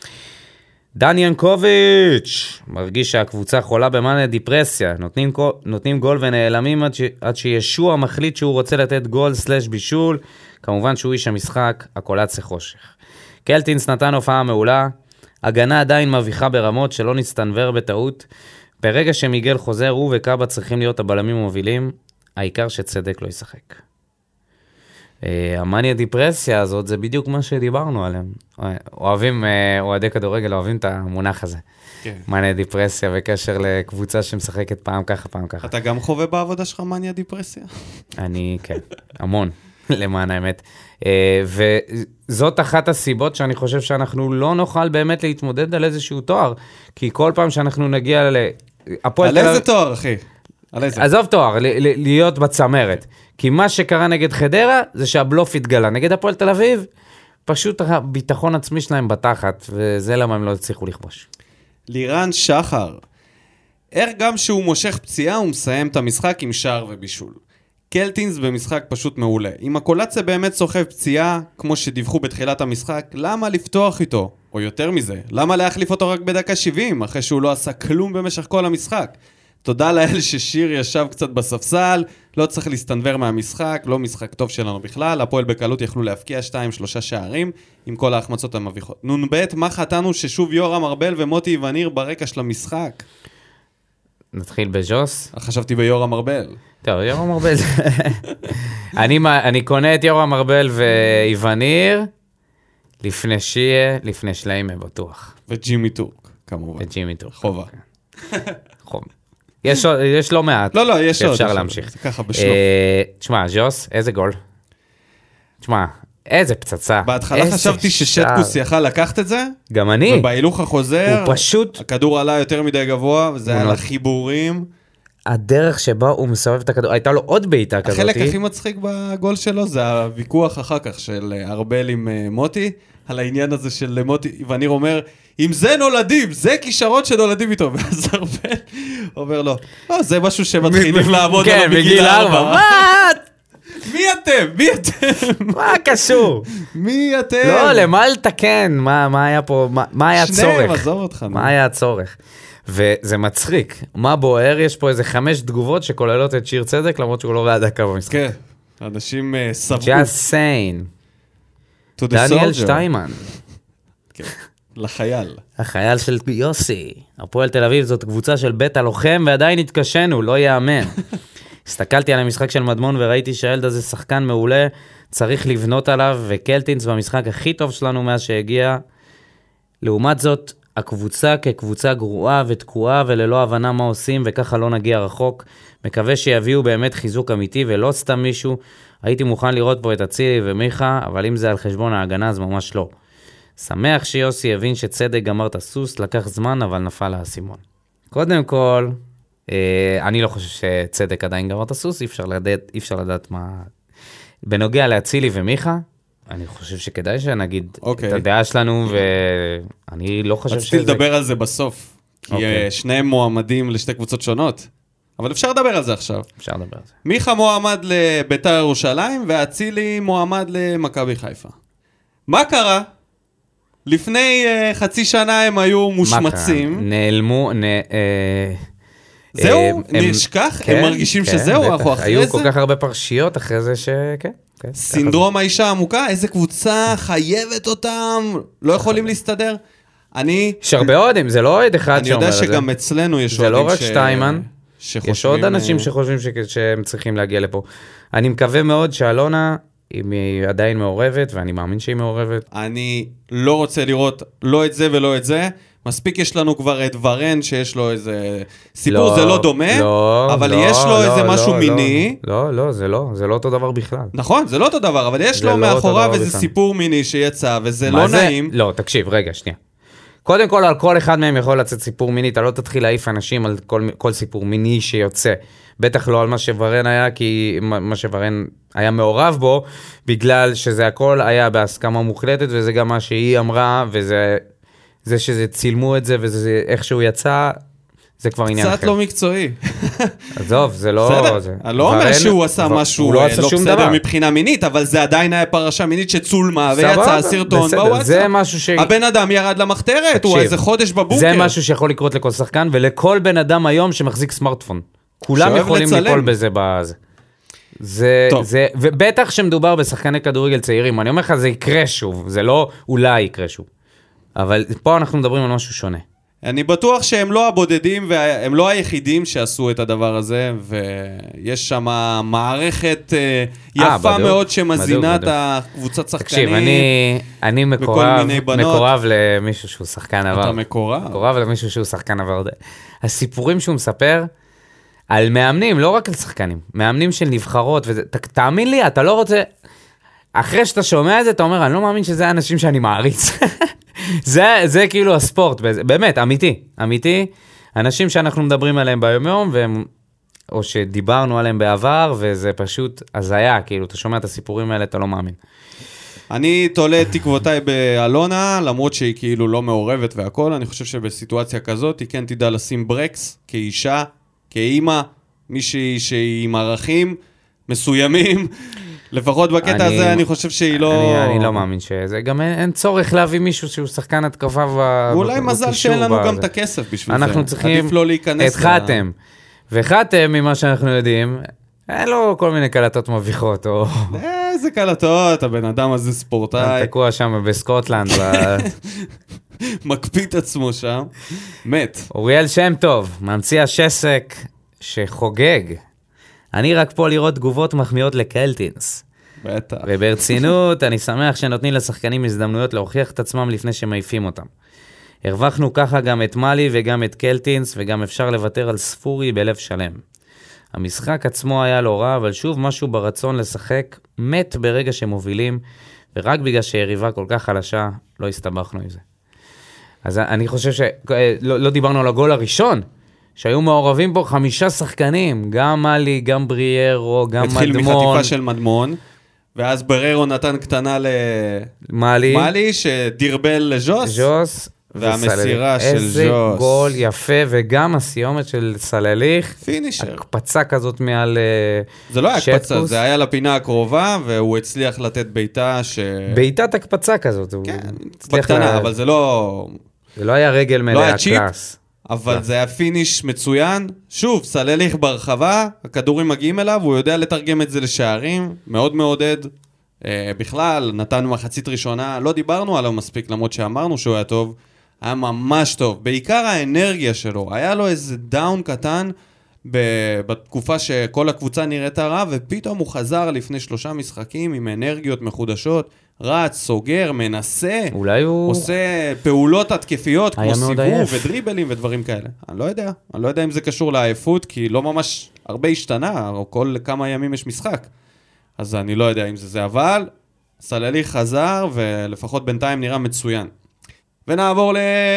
דני ינקוביץ' מרגיש שהקבוצה חולה במאניה דיפרסיה. נותנים גול ונעלמים עד שישוע מחליט שהוא רוצה לתת גול סלש בישול. כמובן שהוא איש המשחק, הקולציה חושך. קלטינס נתן הופעה מעולה. הגנה עדיין מביכה ברמות שלא נסתנבר בטעות. ברגע שמיגל חוזר, הוא וקאבה צריכים להיות הבלמים המובילים. העיקר שצדק לא ישחק. המאניה דיפרסיה הזאת, זה בדיוק מה שדיברנו עליהם. אוהדי כדורגל אוהבים את המונח הזה. מאניה דיפרסיה בקשר לקבוצה שמשחקת פעם ככה, פעם ככה. אתה גם חווה בעבודה שלך מאניה דיפרסיה? אני, כן, המון, למען האמת. וזאת אחת הסיבות שאני חושב שאנחנו לא נוכל באמת להתמודד על איזשהו תואר, כי כל פעם שאנחנו נגיע על איזה תואר, אחי? עזוב תואר, להיות בצמרת. כי מה שקרה נגד חדרה, זה שהבלוף התגלה. נגד הפועל תל אביב, פשוט הביטחון עצמי שלהם בתחת, וזה למה הם לא הצליחו לכבוש. לירן שחר, איך גם שהוא מושך פציעה, הוא מסיים את המשחק עם שער ובישול. קלטינס במשחק פשוט מעולה. אם הקולציה באמת סוחב פציעה, כמו שדיווחו בתחילת המשחק, למה לפתוח איתו? או יותר מזה, למה להחליף אותו רק בדקה 70, אחרי שהוא לא עשה כלום במשך כל המשחק? תודה לאל ששיר ישב קצת בספסל, לא צריך להסתנבר מהמשחק, לא משחק טוב שלנו בכלל, הפועל בקלות יכלו להפקיע 2-3 שערים עם כל ההחמצות המביכות. נ"ב, מה חטאנו ששוב יורם ארבל ומוטי וניר ברקע של המשחק? נתחיל בג'וס. חשבתי ביורם ארבל. טוב, יורם ארבל. אני קונה את יורם ארבל ואיווניר, לפני שיה, לפני שליימה בטוח. וג'ימי טורק, כמובן. וג'ימי טורק. חובה. חובה. יש לא מעט. לא, יש עוד. שאפשר להמשיך. זה ככה בשלוף. תשמע, ג'וס, איזה גול. תשמע, איזה פצצה. בהתחלה חשבתי ששטקוס יכל לקחת את זה. גם אני. ובהילוך החוזר, הוא פשוט... הכדור עלה יותר מדי גבוה, וזה היה לחיבורים. הדרך שבה הוא מסובב את הכדור, הייתה לו עוד בעיטה כזאת. החלק הכי מצחיק בגול שלו, זה הוויכוח אחר כך של ארבל עם מוטי, על העניין הזה של מוטי, וניר אומר, אם זה נולדים, זה כישרות שנולדים איתו, ואז ארבל אומר לו, זה משהו שמתחילים לעמוד עליו בגיל 4. מה? מי אתם? מה קשור? מי אתם? לא, למה לתקן? מה היה פה? מה היה הצורך? שניהם, עזוב אותך. מה היה הצורך? וזה מצחיק. מה בוער? יש פה איזה 5 תגובות שכוללות את שיר צדק, למרות שהוא לא בעד הקו במשחק. כן, אנשים סברו. Just saying. דניאל שטיימן. כן, לחייל. החייל של יוסי. הפועל תל אביב זאת קבוצה של בית הלוחם, ועדיין התקשנו, לא יאמן. הסתכלתי על המשחק של מדמון וראיתי שהילד הזה שחקן מעולה, צריך לבנות עליו, וקלטינס במשחק הכי טוב שלנו מאז שהגיע. לעומת זאת, הקבוצה כקבוצה גרועה ותקועה וללא הבנה מה עושים, וככה לא נגיע רחוק. מקווה שיביאו באמת חיזוק אמיתי ולא סתם מישהו. הייתי מוכן לראות פה את אצילי ומיכה, אבל אם זה על חשבון ההגנה אז ממש לא. שמח שיוסי הבין שצדק גמר את הסוס, לקח זמן אבל נפל האסימון. קודם כל, אני לא חושב שצדק עדיין גמר את הסוס, אי אפשר לדעת מה... בנוגע לאצילי ומיכה, אני חושב שכדאי שנגיד את הדעה שלנו, ואני לא חושב רציתי לדבר על זה בסוף, כי שניהם מועמדים לשתי קבוצות שונות, אבל אפשר לדבר על זה עכשיו. אפשר לדבר על זה. מיכה מועמד לביתר ירושלים, ואצילי מועמד למכבי חיפה. מה קרה? לפני חצי שנה הם היו מושמצים. נעלמו, זהו? נשכח? הם מרגישים שזהו? אנחנו אחרי זה? היו כל כך הרבה פרשיות אחרי זה שכן. סינדרום האישה העמוקה, איזה קבוצה חייבת אותם, לא יכולים להסתדר. יש הרבה אוהדים, זה לא אוהד אחד שאומר את זה. אני יודע שגם אצלנו יש אוהדים זה לא רק שטיימן, יש עוד אנשים שחושבים שהם צריכים להגיע לפה. אני מקווה מאוד שאלונה, אם היא עדיין מעורבת, ואני מאמין שהיא מעורבת. אני לא רוצה לראות לא את זה ולא את זה. מספיק יש לנו כבר את ורן, שיש לו איזה סיפור, זה לא דומה, אבל יש לו איזה משהו מיני. לא, זה לא אותו דבר בכלל. נכון, זה לא אותו דבר, אבל יש לו מאחוריו איזה סיפור מיני שיצא, וזה לא נעים. לא, תקשיב, רגע, שנייה. קודם כל, על כל אחד מהם יכול לצאת סיפור מיני, אתה לא תתחיל להעיף אנשים על כל סיפור מיני שיוצא. בטח לא על מה שוורן היה, כי מה שוורן היה מעורב בו, בגלל שזה הכל היה בהסכמה מוחלטת, וזה גם מה שהיא אמרה, וזה שזה צילמו את זה, וזה איכשהו יצא, זה כבר עניין אחר. קצת לא מקצועי. עזוב, זה לא... אני לא אומר שהוא עשה משהו לא בסדר מבחינה מינית, אבל זה עדיין היה פרשה מינית שצולמה, ויצא סרטון בוואטסאפ. הבן אדם ירד למחתרת, הוא איזה חודש בבוקר. זה משהו שיכול לקרות לכל שחקן, ולכל בן אדם היום שמחזיק סמארטפון. כולם יכולים ליפול בזה בזה. ובטח שמדובר בשחקני כדורגל צעירים, אני אומר לך, זה יקרה שוב, זה לא אולי יקרה שוב. אבל פה אנחנו מדברים על משהו שונה. אני בטוח שהם לא הבודדים, והם לא היחידים שעשו את הדבר הזה, ויש שם מערכת יפה מאוד שמזינה את הקבוצת שחקנים. תקשיב, אני מקורב למישהו שהוא שחקן עבר. אתה מקורב? מקורב למישהו שהוא שחקן עבר. הסיפורים שהוא מספר על מאמנים, לא רק על שחקנים, מאמנים של נבחרות, תאמין לי, אתה לא רוצה... אחרי שאתה שומע את זה, אתה אומר, אני לא מאמין שזה האנשים שאני מעריץ. זה כאילו הספורט, באמת, אמיתי. אנשים שאנחנו מדברים עליהם ביום-יום, או שדיברנו עליהם בעבר, וזה פשוט הזיה, כאילו, אתה שומע את הסיפורים האלה, אתה לא מאמין. אני תולה את תקוותיי באלונה, למרות שהיא כאילו לא מעורבת והכל, אני חושב שבסיטואציה כזאת, היא כן תדע לשים ברקס, כאישה, כאימא, מישהי שהיא עם ערכים מסוימים, לפחות בקטע הזה אני חושב שהיא לא... אני לא מאמין שזה, גם אין צורך להביא מישהו שהוא שחקן התקפה ואולי מזל שאין לנו גם את הכסף בשביל זה. אנחנו צריכים עדיף לא להיכנס... את חתם. וחתם, ממה שאנחנו יודעים, אין לו כל מיני קלטות מביכות, או... איזה קלטות, הבן אדם הזה ספורטאי. תקוע שם בסקוטלנד. מקפיא את עצמו שם. מת. אוריאל שם טוב, ממציא השסק שחוגג. אני רק פה לראות תגובות מחמיאות לקלטינס. בטח. וברצינות, אני שמח שנותנים לשחקנים הזדמנויות להוכיח את עצמם לפני שמעיפים אותם. הרווחנו ככה גם את מלי וגם את קלטינס, וגם אפשר לוותר על ספורי בלב שלם. המשחק עצמו היה לא רע, אבל שוב משהו ברצון לשחק מת ברגע שמובילים, ורק בגלל שהיריבה כל כך חלשה, לא הסתבכנו עם זה. אז אני חושב שלא דיברנו על הגול הראשון, שהיו מעורבים בו 5 שחקנים, גם מלי, גם בריארו, גם מדמון. התחיל מחטיפה של מדמון, ואז בררו נתן קטנה למלי, שדירבל לג'וס, והמסירה של ג'וס. איזה גול יפה, וגם הסיומת של סלליך. פינישר. הקפצה כזאת מעל שטקוס. זה לא היה הקפצה, זה היה לפינה הקרובה, והוא הצליח לתת ביתה ביתת הקפצה כזאת. כן, בקטנה, אבל זה לא... זה לא היה רגל מלאה קלאס. אבל זה היה פיניש מצוין. שוב, סלליך ברחבה, הכדורים מגיעים אליו, הוא יודע לתרגם את זה לשערים, מאוד מעודד. בכלל, נתנו מחצית ראשונה, לא דיברנו עליו מספיק, למרות שאמרנו שהוא היה טוב, היה ממש טוב. בעיקר האנרגיה שלו, היה לו איזה דאון קטן, בתקופה שכל הקבוצה נראית רע, ופתאום הוא חזר לפני 3 משחקים עם אנרגיות מחודשות, רץ, סוגר, מנסה, אולי הוא... עושה פעולות התקפיות, כמו סיבוב ודריבלים ודברים כאלה. אני לא יודע אם זה קשור לעייפות, כי לא ממש הרבה השתנה, או כל כמה ימים יש משחק. אז אני לא יודע אם זה, אבל סללי חזר, ולפחות בינתיים נראה מצוין. ונעבור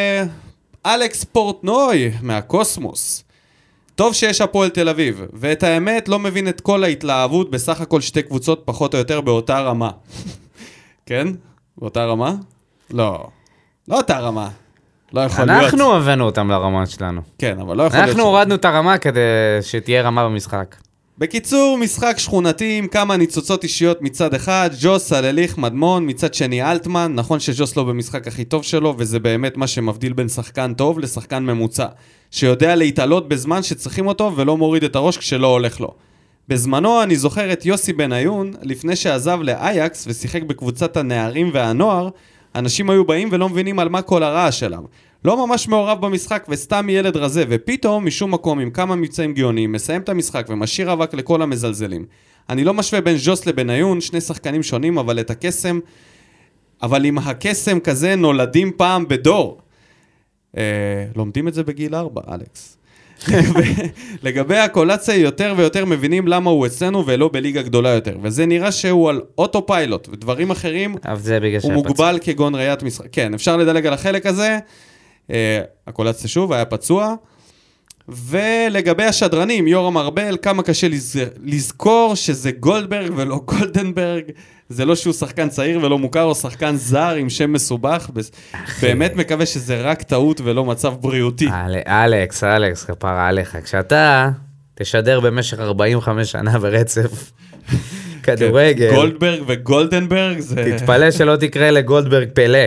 לאלכס פורטנוי מהקוסמוס. טוב שיש הפועל תל אביב, ואת האמת לא מבין את כל ההתלהבות, בסך הכל 2 קבוצות פחות או יותר באותה רמה. כן? באותה רמה? לא. לא אותה רמה. לא יכול להיות. אנחנו הבאנו אותם לרמה שלנו. כן, אבל לא יכול להיות. אנחנו הורדנו את הרמה כדי שתהיה רמה במשחק. בקיצור, משחק שכונתי עם כמה ניצוצות אישיות מצד אחד, ג'וס, סלליך, מדמון, מצד שני אלטמן. נכון שג'וס לא במשחק הכי טוב שלו, וזה באמת מה שמבדיל בין שחקן טוב לשחקן ממוצע. שיודע להתעלות בזמן שצריכים אותו ולא מוריד את הראש כשלא הולך לו. בזמנו אני זוכר את יוסי בניון, לפני שעזב לאייקס ושיחק בקבוצת הנערים והנוער, אנשים היו באים ולא מבינים על מה כל הרעש שלו. לא ממש מעורב במשחק וסתם ילד רזה, ופתאום משום מקום עם כמה מבצעים גאוניים, מסיים את המשחק ומשאיר אבק לכל המזלזלים. אני לא משווה בין ז'וס לבניון, שני שחקנים שונים, אבל עם הקסם כזה נולדים פעם בדור. לומדים את זה בגיל 4, אלכס. לגבי הקולציה, יותר ויותר מבינים למה הוא אצלנו ולא בליגה גדולה יותר. וזה נראה שהוא על אוטופיילוט, ודברים אחרים הוא מוגבל כגון ראיית משחק. כן, אפשר לדלג על החלק הזה. הקולציה שוב, היה פצוע. ולגבי השדרנים, יורם ארבל, כמה קשה לזכור שזה גולדברג ולא גולדנברג. זה לא שהוא שחקן צעיר ולא מוכר, או שחקן זר עם שם מסובך. באמת מקווה שזה רק טעות ולא מצב בריאותי. אלכס, כפרה עליך. כשאתה תשדר במשך 45 שנה ברצף כדורגל. גולדברג וגולדנברג זה... תתפלא שלא תקרא לגולדברג פלא.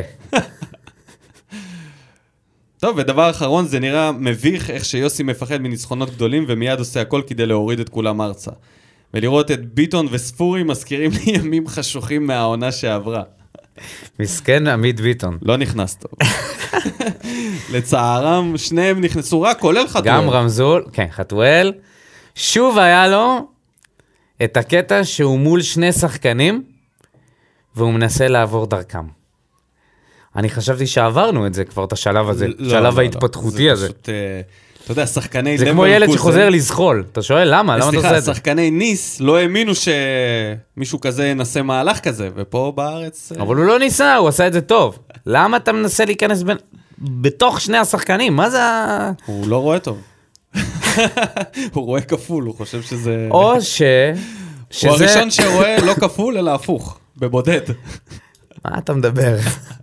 טוב, ודבר אחרון, זה נראה מביך איך שיוסי מפחד מניצחונות גדולים ומיד עושה הכל כדי להוריד את כולם ארצה. ולראות את ביטון וספורי מזכירים לי ימים חשוכים מהעונה שעברה. מסכן עמית ביטון. לא נכנס טוב. לצערם, שניהם נכנסו רק, כולל חתואל. גם רמזול, כן, חתואל. שוב היה לו את הקטע שהוא מול שני שחקנים, והוא מנסה לעבור דרכם. אני חשבתי שעברנו את זה כבר, את השלב הזה, שלב ההתפתחותי הזה. זה פשוט, אתה יודע, שחקני... זה כמו ילד שחוזר לזחול. אתה שואל, למה? למה אתה עושה את זה? שחקני ניס לא האמינו שמישהו כזה ינסה מהלך כזה, ופה בארץ... אבל הוא לא ניסה, הוא עשה את זה טוב. למה אתה מנסה להיכנס בתוך שני השחקנים? מה זה... הוא לא רואה טוב. הוא רואה כפול, הוא חושב שזה... או הוא הראשון שרואה לא כפול, אלא הפוך, בבודד. מה אתה מדבר?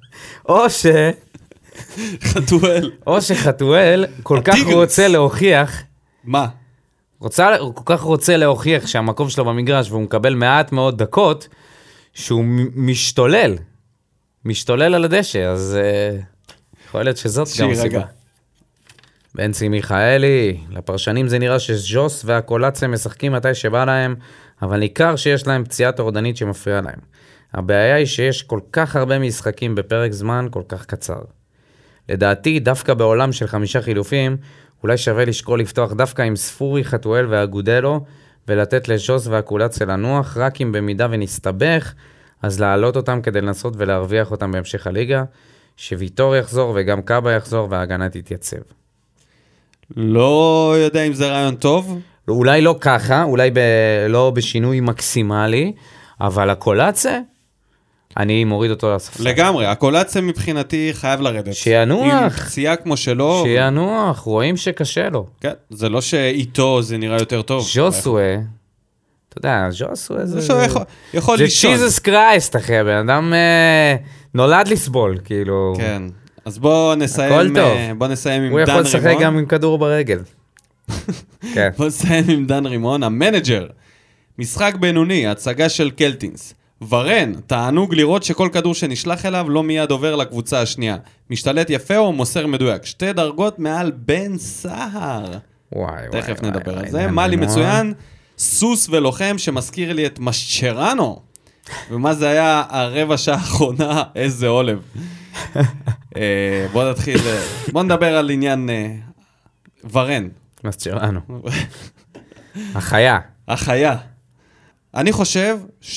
או שחתואל כל כך רוצה להוכיח... מה? הוא כל כך רוצה להוכיח שהמקום שלו במגרש, והוא מקבל מעט מאוד דקות, שהוא משתולל על הדשא, אז יכול להיות שזאת גם סיבה. בנצי מיכאלי, לפרשנים זה נראה שז'וס והקולציה משחקים מתי שבא להם, אבל ניכר שיש להם פציעה טורדנית שמפריעה להם. הבעיה היא שיש כל כך הרבה משחקים בפרק זמן כל כך קצר. לדעתי, דווקא בעולם של 5 חילופים, אולי שווה לשקול לפתוח דווקא עם ספורי, חתואל והגודלו, ולתת לז'וס והקולציה לנוח, רק אם במידה ונסתבך, אז להעלות אותם כדי לנסות ולהרוויח אותם בהמשך הליגה, שוויטור יחזור וגם קאבה יחזור וההגנה תתייצב. לא יודע אם זה רעיון טוב. אולי לא ככה, אולי לא בשינוי מקסימלי, אבל הקולציה, אני מוריד אותו לספסל. לגמרי, הקולציה מבחינתי חייב לרדת. שינוח. עם פציעה כמו שלו. שינוח, רואים שקשה לו. כן, זה לא שאיתו זה נראה יותר טוב. ז'וסווה, אתה יודע, ז'וסווה זה... זה יכול לישון. זה ג'יזוס קרייסט, אחי, בן אדם נולד לסבול, כאילו... כן, אז בוא נסיים עם דן רימון. הוא יכול לשחק גם עם כדור ברגל. בוא נסיים עם דן רימון, המנג'ר. משחק בינוני, הצגה של קלטינס. ורן, תענוג לראות שכל כדור שנשלח אליו לא מיד עובר לקבוצה השנייה. משתלט יפה או מוסר מדויק. 2 דרגות מעל בן סהר. תכף נדבר על זה. מלי מצוין, סוס ולוחם שמזכיר לי את משצ'רנו. ומה זה היה הרבע שעה האחרונה, איזה עולב. בוא נדבר על עניין ורן. משצ'רנו. החיה. אני חושב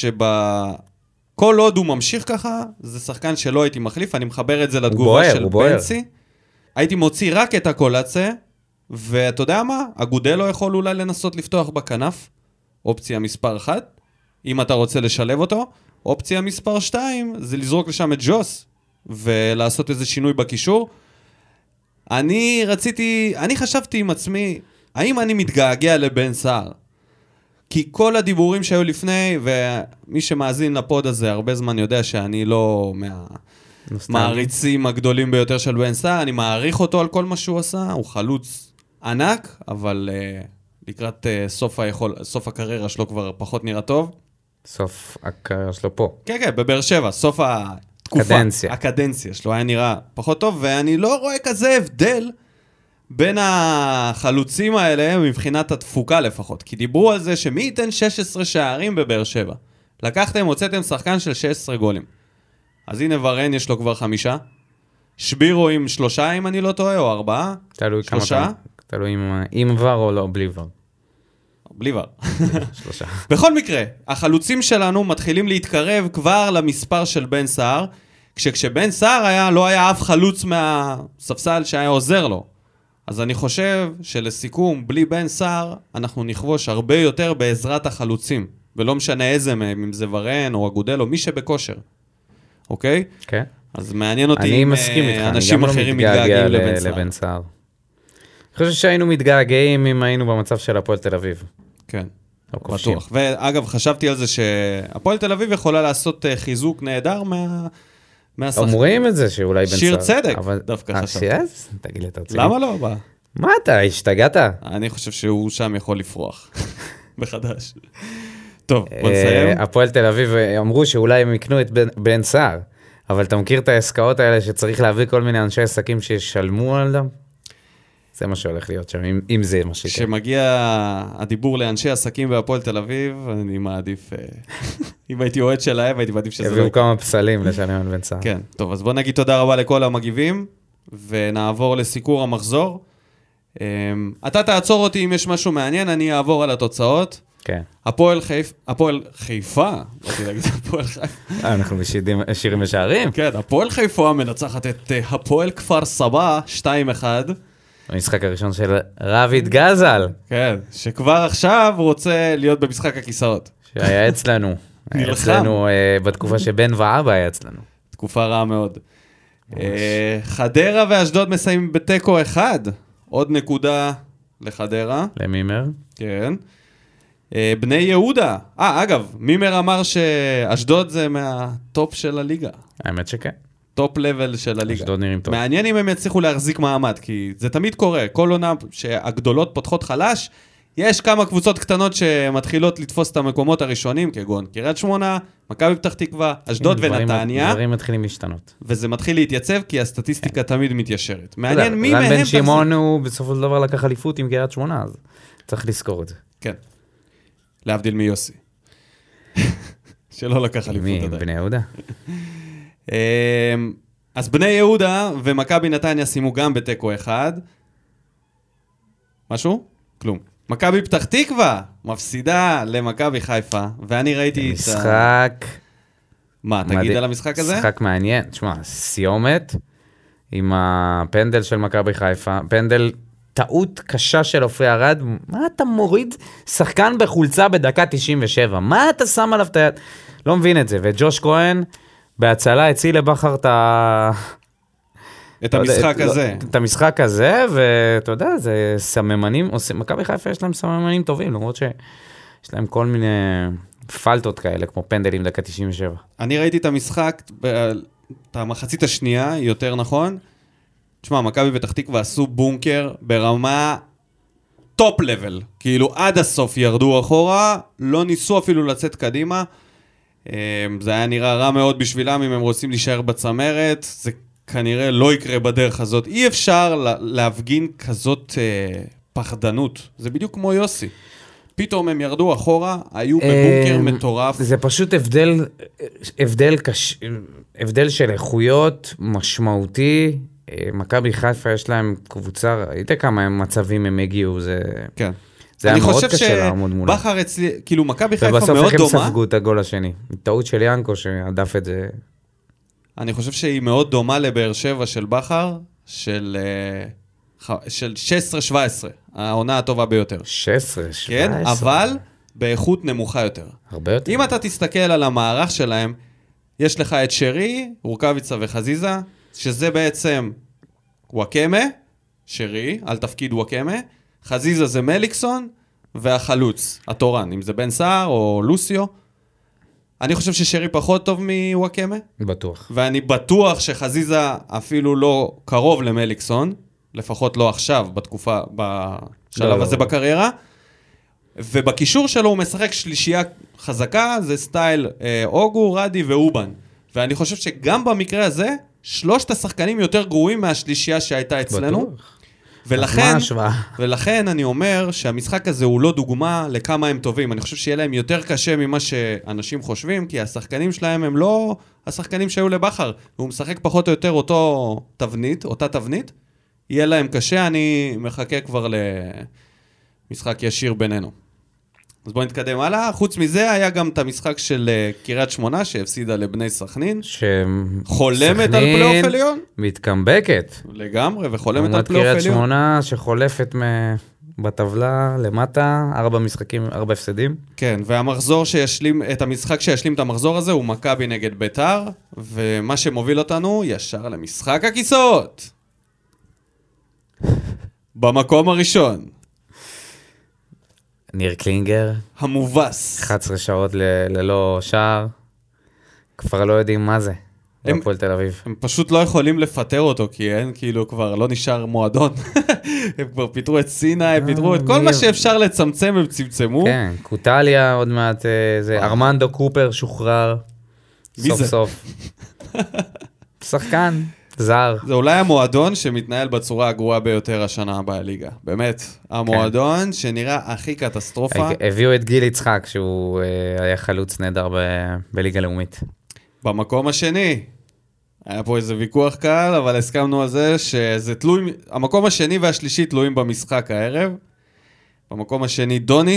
כל עוד הוא ממשיך ככה, זה שחקן שלא הייתי מחליף, אני מחבר את זה לתגובה של בנצי. הייתי מוציא רק את הקולציה, ואתה יודע מה? הגודלו יכול אולי לנסות לפתוח בכנף, אופציה מספר 1, אם אתה רוצה לשלב אותו. אופציה מספר 2, זה לזרוק לשם את ג'וס, ולעשות איזה שינוי בקישור. אני חשבתי עם עצמי, האם אני מתגעגע לבן סער? כי כל הדיבורים שהיו לפני, ומי שמאזין לפוד הזה הרבה זמן יודע שאני לא מהמעריצים הגדולים ביותר של בן סער, אני מעריך אותו על כל מה שהוא עשה, הוא חלוץ ענק, אבל לקראת סוף הקריירה שלו כבר פחות נראה טוב. סוף הקריירה שלו פה. כן, בבאר שבע, סוף התקופה. הקדנציה שלו היה נראה פחות טוב, ואני לא רואה כזה הבדל בין החלוצים האלה, מבחינת התפוקה לפחות, כי דיברו על זה שמי ייתן 16 שערים בבאר שבע. לקחתם, הוצאתם שחקן של 16 גולים. אז הנה ורן יש לו כבר 5. שבירו עם 3 אם אני לא טועה, או 4. תלוי 3. תלוי עם ור או לא, בלי ור. בלי ור. 3. בכל מקרה, החלוצים שלנו מתחילים להתקרב כבר למספר של בן סער, כשבן סער לא היה אף חלוץ מהספסל שהיה עוזר לו. אז אני חושב שלסיכום, בלי בן סער, אנחנו נכבוש הרבה יותר בעזרת החלוצים. ולא משנה איזה מהם, אם זה ורן או אגודל או מי שבכושר. אוקיי? כן. אז מעניין אותי אני אם מסכים איתך, אנשים אחרים מתגעגעים לבן סער. אני חושב שהיינו מתגעגעים אם היינו במצב של הפועל תל אביב. כן. לא כובשים. בטוח. ואגב, חשבתי על זה שהפועל תל אביב יכולה לעשות חיזוק נהדר מהשחקן. אומרים את זה שאולי בן סער. שיר צדק, דווקא חשבתי. תגיד לי, אתה רציני. למה לא? מה אתה, השתגעת? אני חושב שהוא שם יכול לפרוח. בחדש. טוב, בוא נסיים. הפועל תל אביב אמרו שאולי הם יקנו את בן סער, אבל אתה מכיר את העסקאות האלה שצריך להביא כל מיני אנשי עסקים שישלמו על דם? זה מה שהולך להיות שם, אם זה מה שיקרה. כשמגיע הדיבור לאנשי עסקים בהפועל תל אביב, אני מעדיף, אם הייתי אוהד שלהם, הייתי מעדיף שזה לא יקרה. הביאו כמה פסלים לשלם על בן סער. כן, טוב, אז בוא נגיד תודה רבה לכל המגיבים, ונעבור לסיקור המחזור. אתה תעצור אותי אם יש משהו מעניין, אני אעבור על התוצאות. כן. הפועל חיפה, באתי להגיד הפועל חיפה. אנחנו שירים ושערים. כן, הפועל חיפה מנצחת את הפועל כפר סבא 2-1. המשחק הראשון של רביד גזל. כן, שכבר עכשיו רוצה להיות במשחק הכיסאות. שהיה אצלנו. היה אצלנו בתקופה שבן ואבא היה אצלנו. תקופה רעה מאוד. חדרה ואשדוד מסיימים בתיקו 1. עוד נקודה לחדרה. למימר. כן. בני יהודה. אגב, מימר אמר שאשדוד זה מהטופ של הליגה. האמת שכן. טופ לבל של הליגה. אשדוד נראים טוב. מעניין אם הם יצליחו להחזיק מעמד, כי זה תמיד קורה. כל עונה שהגדולות פותחות חלש, יש כמה קבוצות קטנות שמתחילות לתפוס את המקומות הראשונים, כגון קריית שמונה, מכבי פתח תקווה, אשדוד ונתניה. דברים מתחילים להשתנות. וזה מתחיל להתייצב, כי הסטטיסטיקה תמיד מתיישרת. מעניין מי מהם... רן בן שמעון הוא בסופו של דבר לקח אליפות עם קריית שמונה, אז צריך לזכור את זה. כן. להבדיל מיוסי. שלא לקח אליפות עדיין. בני יהודה. אז בני יהודה ומכבי נתניה שימו גם בתיקו 1. משהו? כלום. מכבי פתח תקווה מפסידה למכבי חיפה, ואני ראיתי את משחק... מה, תגיד על המשחק הזה? משחק מעניין. תשמע, סיומת עם הפנדל של מכבי חיפה, פנדל... טעות קשה של עופרי ארד, מה אתה מוריד שחקן בחולצה בדקה 97? מה אתה שם עליו את היד? לא מבין את זה. וג'וש כהן בהצלה הציל לבחר את המשחק הזה. את המשחק הזה, ואתה יודע, זה סממנים, מכבי חיפה יש להם סממנים טובים, למרות שיש להם כל מיני פלטות כאלה, כמו פנדלים דקה 97. אני ראיתי את המשחק, את המחצית השנייה, יותר נכון, תשמע, מכבי פתח תקווה עשו בונקר ברמה טופ לבל. כאילו עד הסוף ירדו אחורה, לא ניסו אפילו לצאת קדימה. זה היה נראה רע מאוד בשבילם אם הם רוצים להישאר בצמרת. זה כנראה לא יקרה בדרך הזאת. אי אפשר להפגין כזאת פחדנות. זה בדיוק כמו יוסי. פתאום הם ירדו אחורה, היו בבונקר מטורף. זה פשוט הבדל של איכויות משמעותי. מכבי חיפה יש להם קבוצה, ראית כמה מצבים הם הגיעו, זה היה מאוד קשה לעמוד מולה. בכר אצלי, כאילו מכבי חיפה מאוד ובסוף דומה. הם ספגו את הגול השני, טעות של ינקו שעדף את זה. אני חושב שהיא מאוד דומה לבאר שבע של בכר, של 16-17, העונה הטובה ביותר. 16-17. כן, אבל באיכות נמוכה יותר. הרבה יותר. אם אתה תסתכל על המערך שלהם, יש לך את שרי, רוקביצה וחזיזה, שזה בעצם וואקמה, שרי, על תפקיד וואקמה, חזיזה זה מליקסון, והחלוץ, התורן, אם זה בן סער או לוסיו. אני חושב ששרי פחות טוב מוואקמה. בטוח. ואני בטוח שחזיזה אפילו לא קרוב למליקסון, לפחות לא עכשיו, בתקופה, בשלב הזה בקריירה. ובקישור שלו הוא משחק שלישייה חזקה, זה סטייל אוגו, רדי ואובן. ואני חושב שגם במקרה הזה, 3 השחקנים יותר גרועים מהשלישייה שהייתה אצלנו. בטוח. ולכן אני אומר שהמשחק הזה הוא לא דוגמה לכמה הם טובים. אני חושב שיהיה להם יותר קשה ממה שאנשים חושבים, כי השחקנים שלהם הם לא השחקנים שהיו לבחר. הוא משחק פחות או יותר אותה תבנית. יהיה להם קשה, אני מחכה כבר למשחק ישיר בינינו. אז בואו נתקדם הלאה. חוץ מזה, היה גם את המשחק של קריית שמונה, שהפסידה לבני סכנין. חולמת על פלייאוף עליון. מתקמבקת. לגמרי, וחולמת על פלייאוף עליון. קריית שמונה שחולפת בטבלה למטה, 4 משחקים, 4 הפסדים. כן, והמחזור שישלים, את המשחק שישלים את המחזור הזה, הוא מכבי נגד ביתר, ומה שמוביל אותנו ישר למשחק הכיסאות. במקום הראשון. ניר קלינגר. המובס. 11 שעות ללא שער. כבר לא יודעים מה זה. הפועל תל אביב. הם פשוט לא יכולים לפטר אותו, כי אין, כאילו, כבר לא נשאר מועדון. הם כבר פיתרו את סינה, הם פיתרו את כל מה שאפשר לצמצם, הם צמצמו. כן, קוטליה עוד מעט, זה ארמנדו קופר שוחרר. סוף סוף. שחקן. זר. זה אולי המועדון שמתנהל בצורה הגרועה ביותר השנה בליגה. באמת, המועדון שנראה הכי קטסטרופה. הביאו את גיל יצחק, שהוא היה חלוץ נהדר בליגה לאומית. במקום השני, היה פה איזה ויכוח קל, אבל הסכמנו על זה שזה תלוי, המקום השני והשלישי תלויים במשחק הערב. במקום השני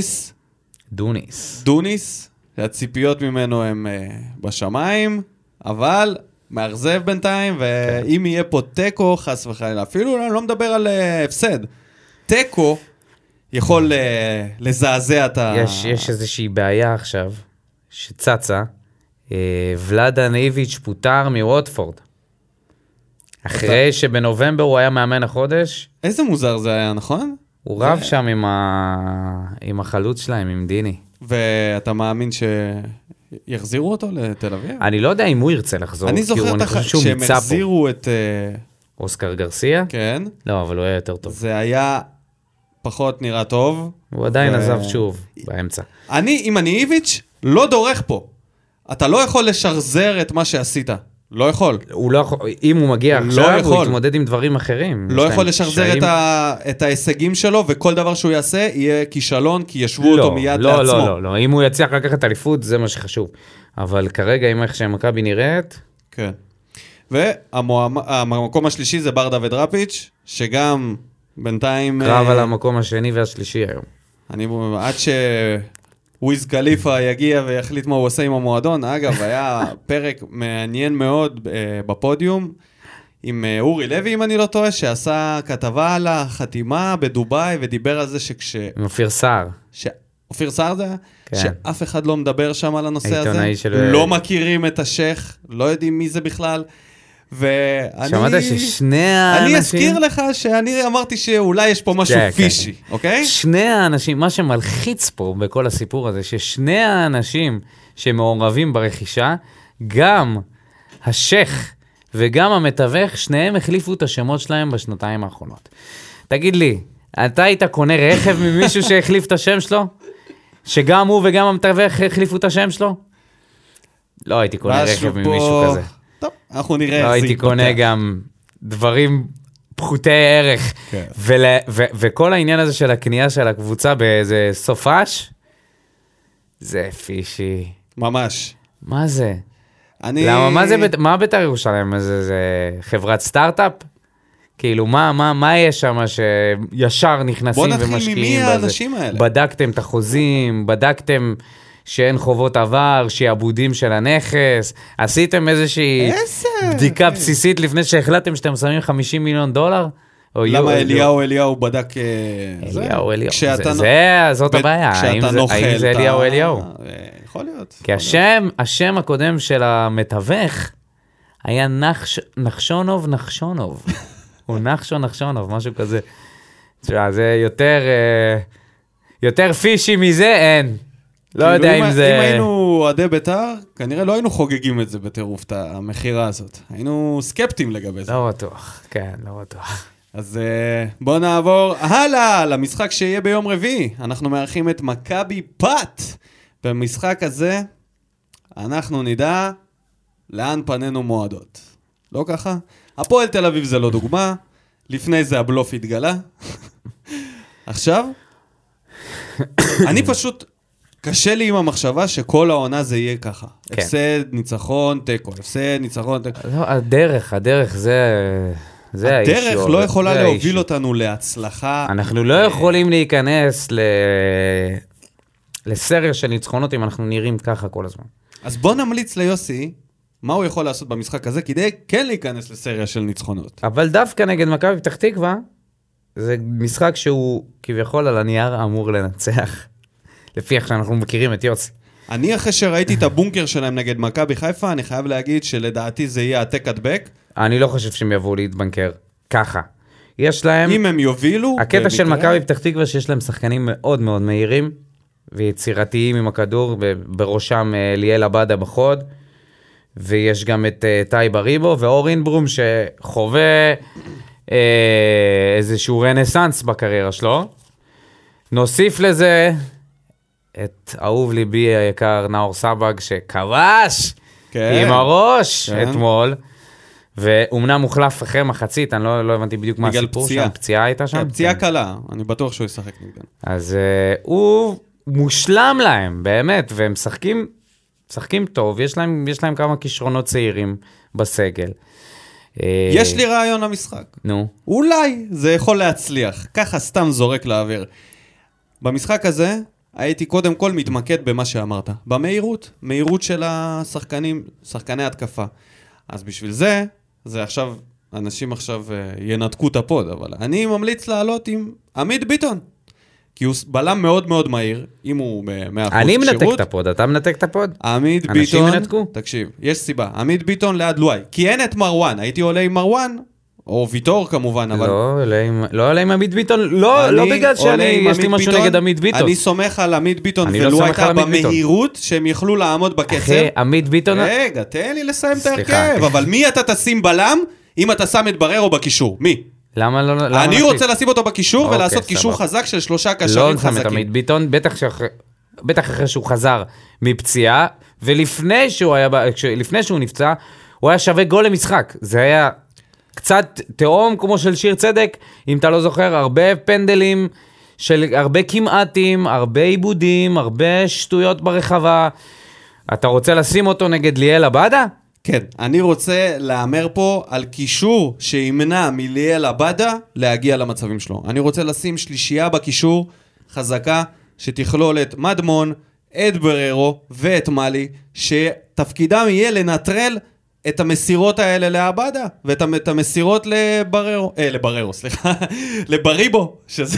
דוניס, שהציפיות ממנו הם בשמיים, אבל מאכזב בינתיים, ואם יהיה פה טקו, חס וחלילה, אפילו אני לא מדבר על הפסד. טקו יכול לזעזע את יש איזושהי בעיה עכשיו, שצצה, ולאדן איביץ' פוטר מווטפורד. אחרי שבנובמבר הוא היה מאמן החודש. איזה מוזר זה היה, נכון? הוא רב שם עם החלוץ שלהם, עם דיני. ואתה מאמין יחזירו אותו לתל אביב? אני לא יודע אם הוא ירצה לחזור. אני זוכר שהם החזירו את אוסקר גרסיה? כן. לא, אבל הוא היה יותר טוב. זה היה פחות נראה טוב. הוא עדיין עזב שוב, באמצע. אם אני איביץ', לא דורך פה. אתה לא יכול לשחזר את מה שעשית. לא יכול. אם הוא מגיע עכשיו, הוא יתמודד עם דברים אחרים. לא יכול לשחזר את ההישגים שלו, וכל דבר שהוא יעשה יהיה כישלון, כי ישבו אותו מיד לעצמו. לא. אם הוא יצליח לקחת אליפות, זה מה שחשוב. אבל כרגע, עם איך שמכבי נראית... כן. והמקום השלישי זה ברדה ודראפיץ', שגם בינתיים... קרב על המקום השני והשלישי היום. עד וויז קליפה יגיע ויחליט מה הוא עושה עם המועדון. אגב, היה פרק מעניין מאוד בפודיום, עם אורי לוי, אם אני לא טועה, שעשה כתבה על החתימה בדוביי, ודיבר על זה עם אופיר סער. אופיר סער זה? כן. שאף אחד לא מדבר שם על הנושא הזה. לא מכירים את השייך, לא יודעים מי זה בכלל. שמעת ששני האנשים... אני אזכיר לך שאני אמרתי שאולי יש פה משהו פישי, אוקיי? שני האנשים, מה שמלחיץ פה בכל הסיפור הזה, ששני האנשים שמעורבים ברכישה, גם השייך וגם המתווך, שניהם החליפו את השמות שלהם בשנתיים האחרונות. תגיד לי, אתה היית קונה רכב ממישהו שהחליף את השם שלו? שגם הוא וגם המתווך החליפו את השם שלו? לא הייתי קונה רכב ממישהו כזה. טוב, אנחנו נראה איך לא זה הייתי קונה גם דברים פחותי ערך. כן. וכל העניין הזה של הקנייה של הקבוצה באיזה סופש, זה פישי. ממש. מה זה? למה, מה בית"ר ירושלים? זה חברת סטארט-אפ? כאילו, מה יש שם שישר נכנסים ומשקיעים בזה? בוא נתחיל ממי האנשים האלה. בדקתם את החוזים, בדקתם שאין חובות עבר, שיעבודים של הנכס, עשיתם איזושהי בדיקה בסיסית לפני שהחלטתם שאתם שמים $50 מיליון? למה אליהו בדק... אליהו. זאת הבעיה. האם זה אליהו? יכול להיות. כי השם הקודם של המתווך היה נחשונוב. או נחשונוב, משהו כזה. זה יותר פישי מזה, אין. לא יודע אם זה... אם היינו עדי בית"ר, כנראה לא היינו חוגגים את זה בטירוף, את המחירה הזאת. היינו סקפטיים לגבי זה. לא בטוח, כן, לא בטוח. אז בואו נעבור הלאה למשחק שיהיה ביום רביעי. אנחנו מארחים את מכבי פת. במשחק הזה אנחנו נדע לאן פנינו מועדות. לא ככה? הפועל תל אביב זה לא דוגמה. לפני זה הבלוף התגלה. עכשיו, אני פשוט, קשה לי עם המחשבה שכל העונה זה יהיה ככה. כן. הפסד, ניצחון, תיקו, הפסד, ניצחון, תיקו. לא, הדרך, זה האישו. הדרך לא יכולה להוביל אותנו להצלחה. אנחנו לא יכולים להיכנס לסריה של ניצחונות אם אנחנו נראים ככה כל הזמן. אז בוא נמליץ ליוסי, מה הוא יכול לעשות במשחק הזה, כדי כן להיכנס לסריה של ניצחונות. אבל דווקא נגד מכבי פתח תקווה, זה משחק שהוא כביכול על הנייר אמור לנצח. לפי איך שאנחנו מכירים את יוסי. אני אחרי שראיתי את הבונקר שלהם נגד מכבי חיפה, אני חייב להגיד שלדעתי זה יהיה העתק הדבק. אני לא חושב שהם יבואו להתבנקר ככה. יש להם... אם הם יובילו... הקטע של מכבי פתח תקווה שיש להם שחקנים מאוד מאוד מהירים, ויצירתיים עם הכדור, בראשם ליאל עבדה בחוד, ויש גם את טי בריבו ואורין ברום שחווה איזשהו רנסנס בקריירה שלו. נוסיף לזה את אהוב ליבי היקר נאור סבג שכבש עם הראש אתמול, ואומנם מוחלף אחרי מחצית, אני לא הבנתי בדיוק מה הסיפור שם, פציעה הייתה שם? פציעה קלה, אני בטוח שהוא ישחק נגדם. אז הוא מושלם להם, באמת, והם משחקים טוב, יש להם כמה כישרונות צעירים בסגל. יש לי רעיון למשחק. נו. אולי זה יכול להצליח, ככה סתם זורק לאוויר. במשחק הזה הייתי קודם כל מתמקד במה שאמרת, מהירות של השחקנים, שחקני התקפה. אז בשביל זה עכשיו, אנשים עכשיו ינתקו את הפוד, אבל אני ממליץ לעלות עם עמית ביטון, כי הוא בלם מאוד מאוד מהיר, אם הוא ב-100% אני מנתק את הפוד, אתה מנתק את הפוד? עמית ביטון, תקשיב, יש סיבה, עמית ביטון ליד לואי, כי אין את מרואן, הייתי עולה עם מרואן, או ויתור כמובן, אבל... לא עולה עם עמית ביטון, לא בגלל שיש לי משהו נגד עמית ביטון. אני סומך על עמית ביטון, ולו הייתה במהירות שהם יכלו לעמוד בקצב. אחי, עמית ביטון... רגע, תן לי לסיים את ההרכב, אבל מי אתה תשים בלם, אם אתה שם את בררו בקישור? מי? למה לא... אני רוצה לשים אותו בקישור, ולעשות קישור חזק של 3 קשרים חזקים. לא שם את עמית ביטון, בטח אחרי שהוא חזר מפציעה, ולפני שהוא נפצע, הוא היה שווה גול למשחק. זה היה... קצת תאום כמו של שיר צדק, אם אתה לא זוכר, הרבה פנדלים, הרבה כמעטים, הרבה עיבודים, הרבה שטויות ברחבה. אתה רוצה לשים אותו נגד ליאל עבדה? כן, אני רוצה לאמר פה על קישור שימנע מליאל עבדה להגיע למצבים שלו. אני רוצה לשים שלישייה בקישור חזקה שתכלול את מדמון, את בררו ואת מלי, שתפקידם יהיה לנטרל את המסירות האלה לעבדה, ואת המסירות לבררו, סליחה, לבריבו, שזה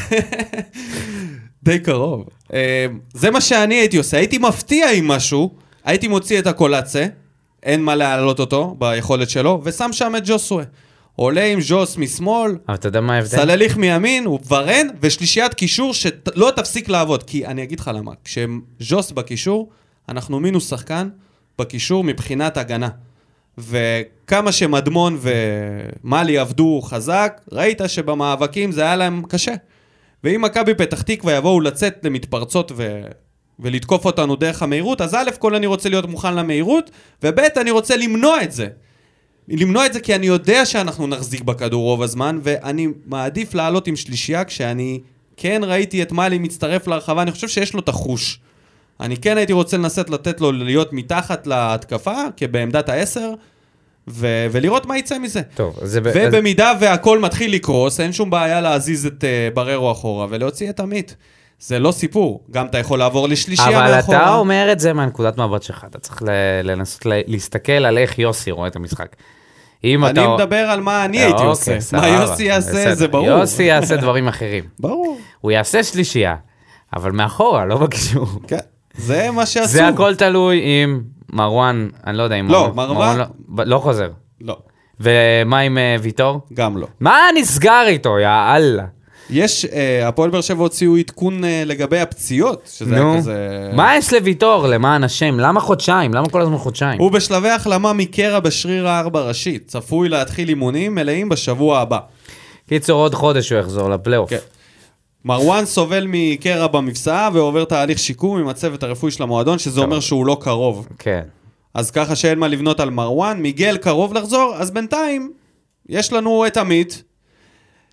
די קרוב. זה מה שאני הייתי עושה, הייתי מפתיע עם משהו, הייתי מוציא את הקולצה, אין מה להעלות אותו ביכולת שלו, ושם שם את ג'וסווה. עולה עם ג'וס משמאל, אבל אתה יודע מה ההבדל? סלליך מימין, וברן, ושלישיית קישור שלא תפסיק לעבוד, כי אני אגיד לך למה, כשג'וס בקישור, אנחנו מינוס שחקן בקישור מבחינת הגנה. וכמה שמדמון ומלי עבדו חזק, ראית שבמאבקים זה היה להם קשה. ואם מכבי פתח תקווה יבואו לצאת למתפרצות ולתקוף אותנו דרך המהירות, אז א' כל אני רוצה להיות מוכן למהירות, וב' אני רוצה למנוע את זה. למנוע את זה כי אני יודע שאנחנו נחזיק בכדור רוב הזמן, ואני מעדיף לעלות עם שלישייה כשאני כן ראיתי את מלי מצטרף להרחבה, אני חושב שיש לו את החוש. אני כן הייתי רוצה לנסות לתת לו להיות מתחת להתקפה, כבעמדת ה10, ולראות מה יצא מזה. טוב, ובמידה והכל מתחיל לקרוס, אין שום בעיה להזיז את בררו אחורה, ולהוציא את עמית. זה לא סיפור. גם אתה יכול לעבור לשלישייה מאחורה. אבל אתה אומר את זה מהנקודת מבט שלך. אתה צריך לנסות להסתכל על איך יוסי רואה את המשחק. אני מדבר על מה אני הייתי עושה. מה יוסי יעשה, זה ברור. יוסי יעשה דברים אחרים. ברור. הוא יעשה שלישייה, אבל מאחורה, לא בקישור. כן. זה מה שעשו. זה הכל תלוי עם מרואן, אני לא יודע אם... לא, מרואן... לא חוזר. לא. ומה עם ויתור? גם לא. מה נסגר איתו, יא אללה? יש, הפועל באר שבע הוציאו עדכון לגבי הפציעות, שזה היה כזה... מה יש לויתור, למען השם? למה חודשיים? למה כל הזמן חודשיים? הוא בשלבי החלמה מקרע בשריר הארבע ראשית, צפוי להתחיל אימונים מלאים בשבוע הבא. קיצור, עוד חודש הוא יחזור לפלייאוף. כן. מרואן סובל מקרע במפסעה ועובר תהליך שיקום עם הצוות הרפואי של המועדון, שזה אומר שהוא לא קרוב. כן. אז ככה שאין מה לבנות על מרואן, מיגל קרוב לחזור, אז בינתיים יש לנו את עמית,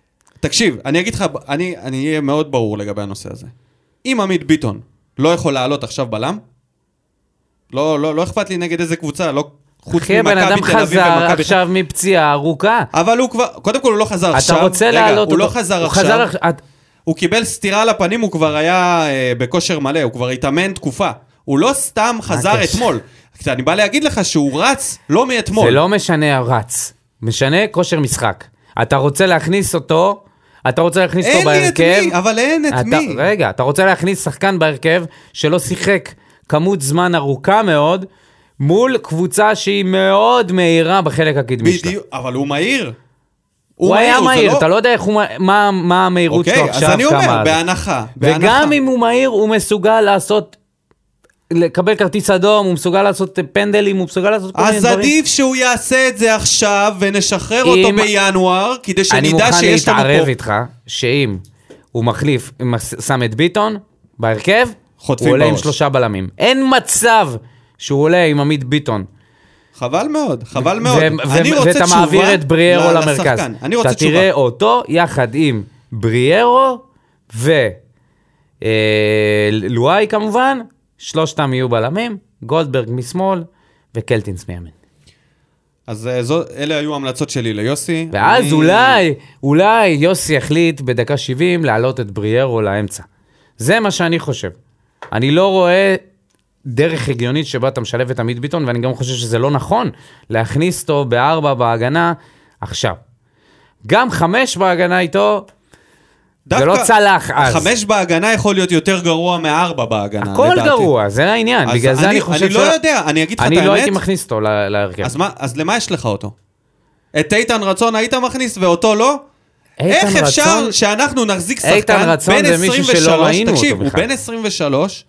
תקשיב, אני אגיד לך, אני אהיה מאוד ברור לגבי הנושא הזה. אם עמית ביטון לא יכול לעלות עכשיו בלם, לא אכפת לי נגד איזה קבוצה, לא חוץ אחי, בן אדם חזר עכשיו מפציעה ארוכה. אבל הוא כבר, קודם כל הוא לא חזר עכשיו. אתה רוצה לעלות אותו. הוא לא חזר עכשיו. הוא קיבל סתירה לפנים, הוא כבר היה בכושר מלא, הוא כבר התאמן תקופה. הוא לא סתם חזר אתמול. אני בא להגיד לך שהוא רץ לא מאתמול. זה לא משנה רץ, משנה כושר משחק. אתה רוצה להכניס אותו, בהרכב. אין לי את מי, אבל אין את מי. רגע, אתה רוצה להכניס שחקן בהרכב שלא שיחק כמות זמן ארוכה מאוד, מול קבוצה שהיא מאוד מהירה בחלק הקדמי שלה. אבל הוא מהיר. הוא היה מהיר, אתה לא יודע מה המהירות שלו עכשיו. אז אני אומר, בהנחה. וגם אם הוא מהיר, הוא מסוגל לקבל כרטיס אדום, הוא מסוגל לעשות פנדלים, הוא מסוגל לעשות כל מיני דברים. אז עדיף שהוא יעשה את זה עכשיו, ונשחרר אותו בינואר, כדי שנדע שיש לנו פה. אני מוכן להתערב איתך, שאם הוא מחליף, שם את ביטון, בהרכב, הוא עולה עם 3 בלמים. אין מצב שהוא עולה עם עמית ביטון. חבל מאוד, חבל מאוד. ואתה מעביר את בריארו למרכז. אתה תראה אותו יחד עם בריארו ולואי כמובן, 3 יהיו בלמים, גולדברג משמאל וקלטינס מימין. אז אלה היו המלצות שלי ליוסי. ואז אולי יוסי החליט בדקה 70 להעלות את בריארו לאמצע. זה מה שאני חושב. אני לא רואה דרך הגיונית שבה אתה משלב את עמית ביטון, ואני גם חושב שזה לא נכון להכניס אותו ב4 בהגנה עכשיו. גם 5 בהגנה איתו, זה לא צלח אז. 5 בהגנה יכול להיות יותר גרוע מ4 בהגנה. הכל גרוע, זה העניין. בגלל זה אני חושב אני לא יודע, אני אגיד לך את האמת. אני לא הייתי מכניס אותו להרכב. אז למה יש לך אותו? את איתן רצון היית מכניס ואותו לא? איך אפשר שאנחנו נחזיק שחקן בין 23, תקשיב, הוא בין 23,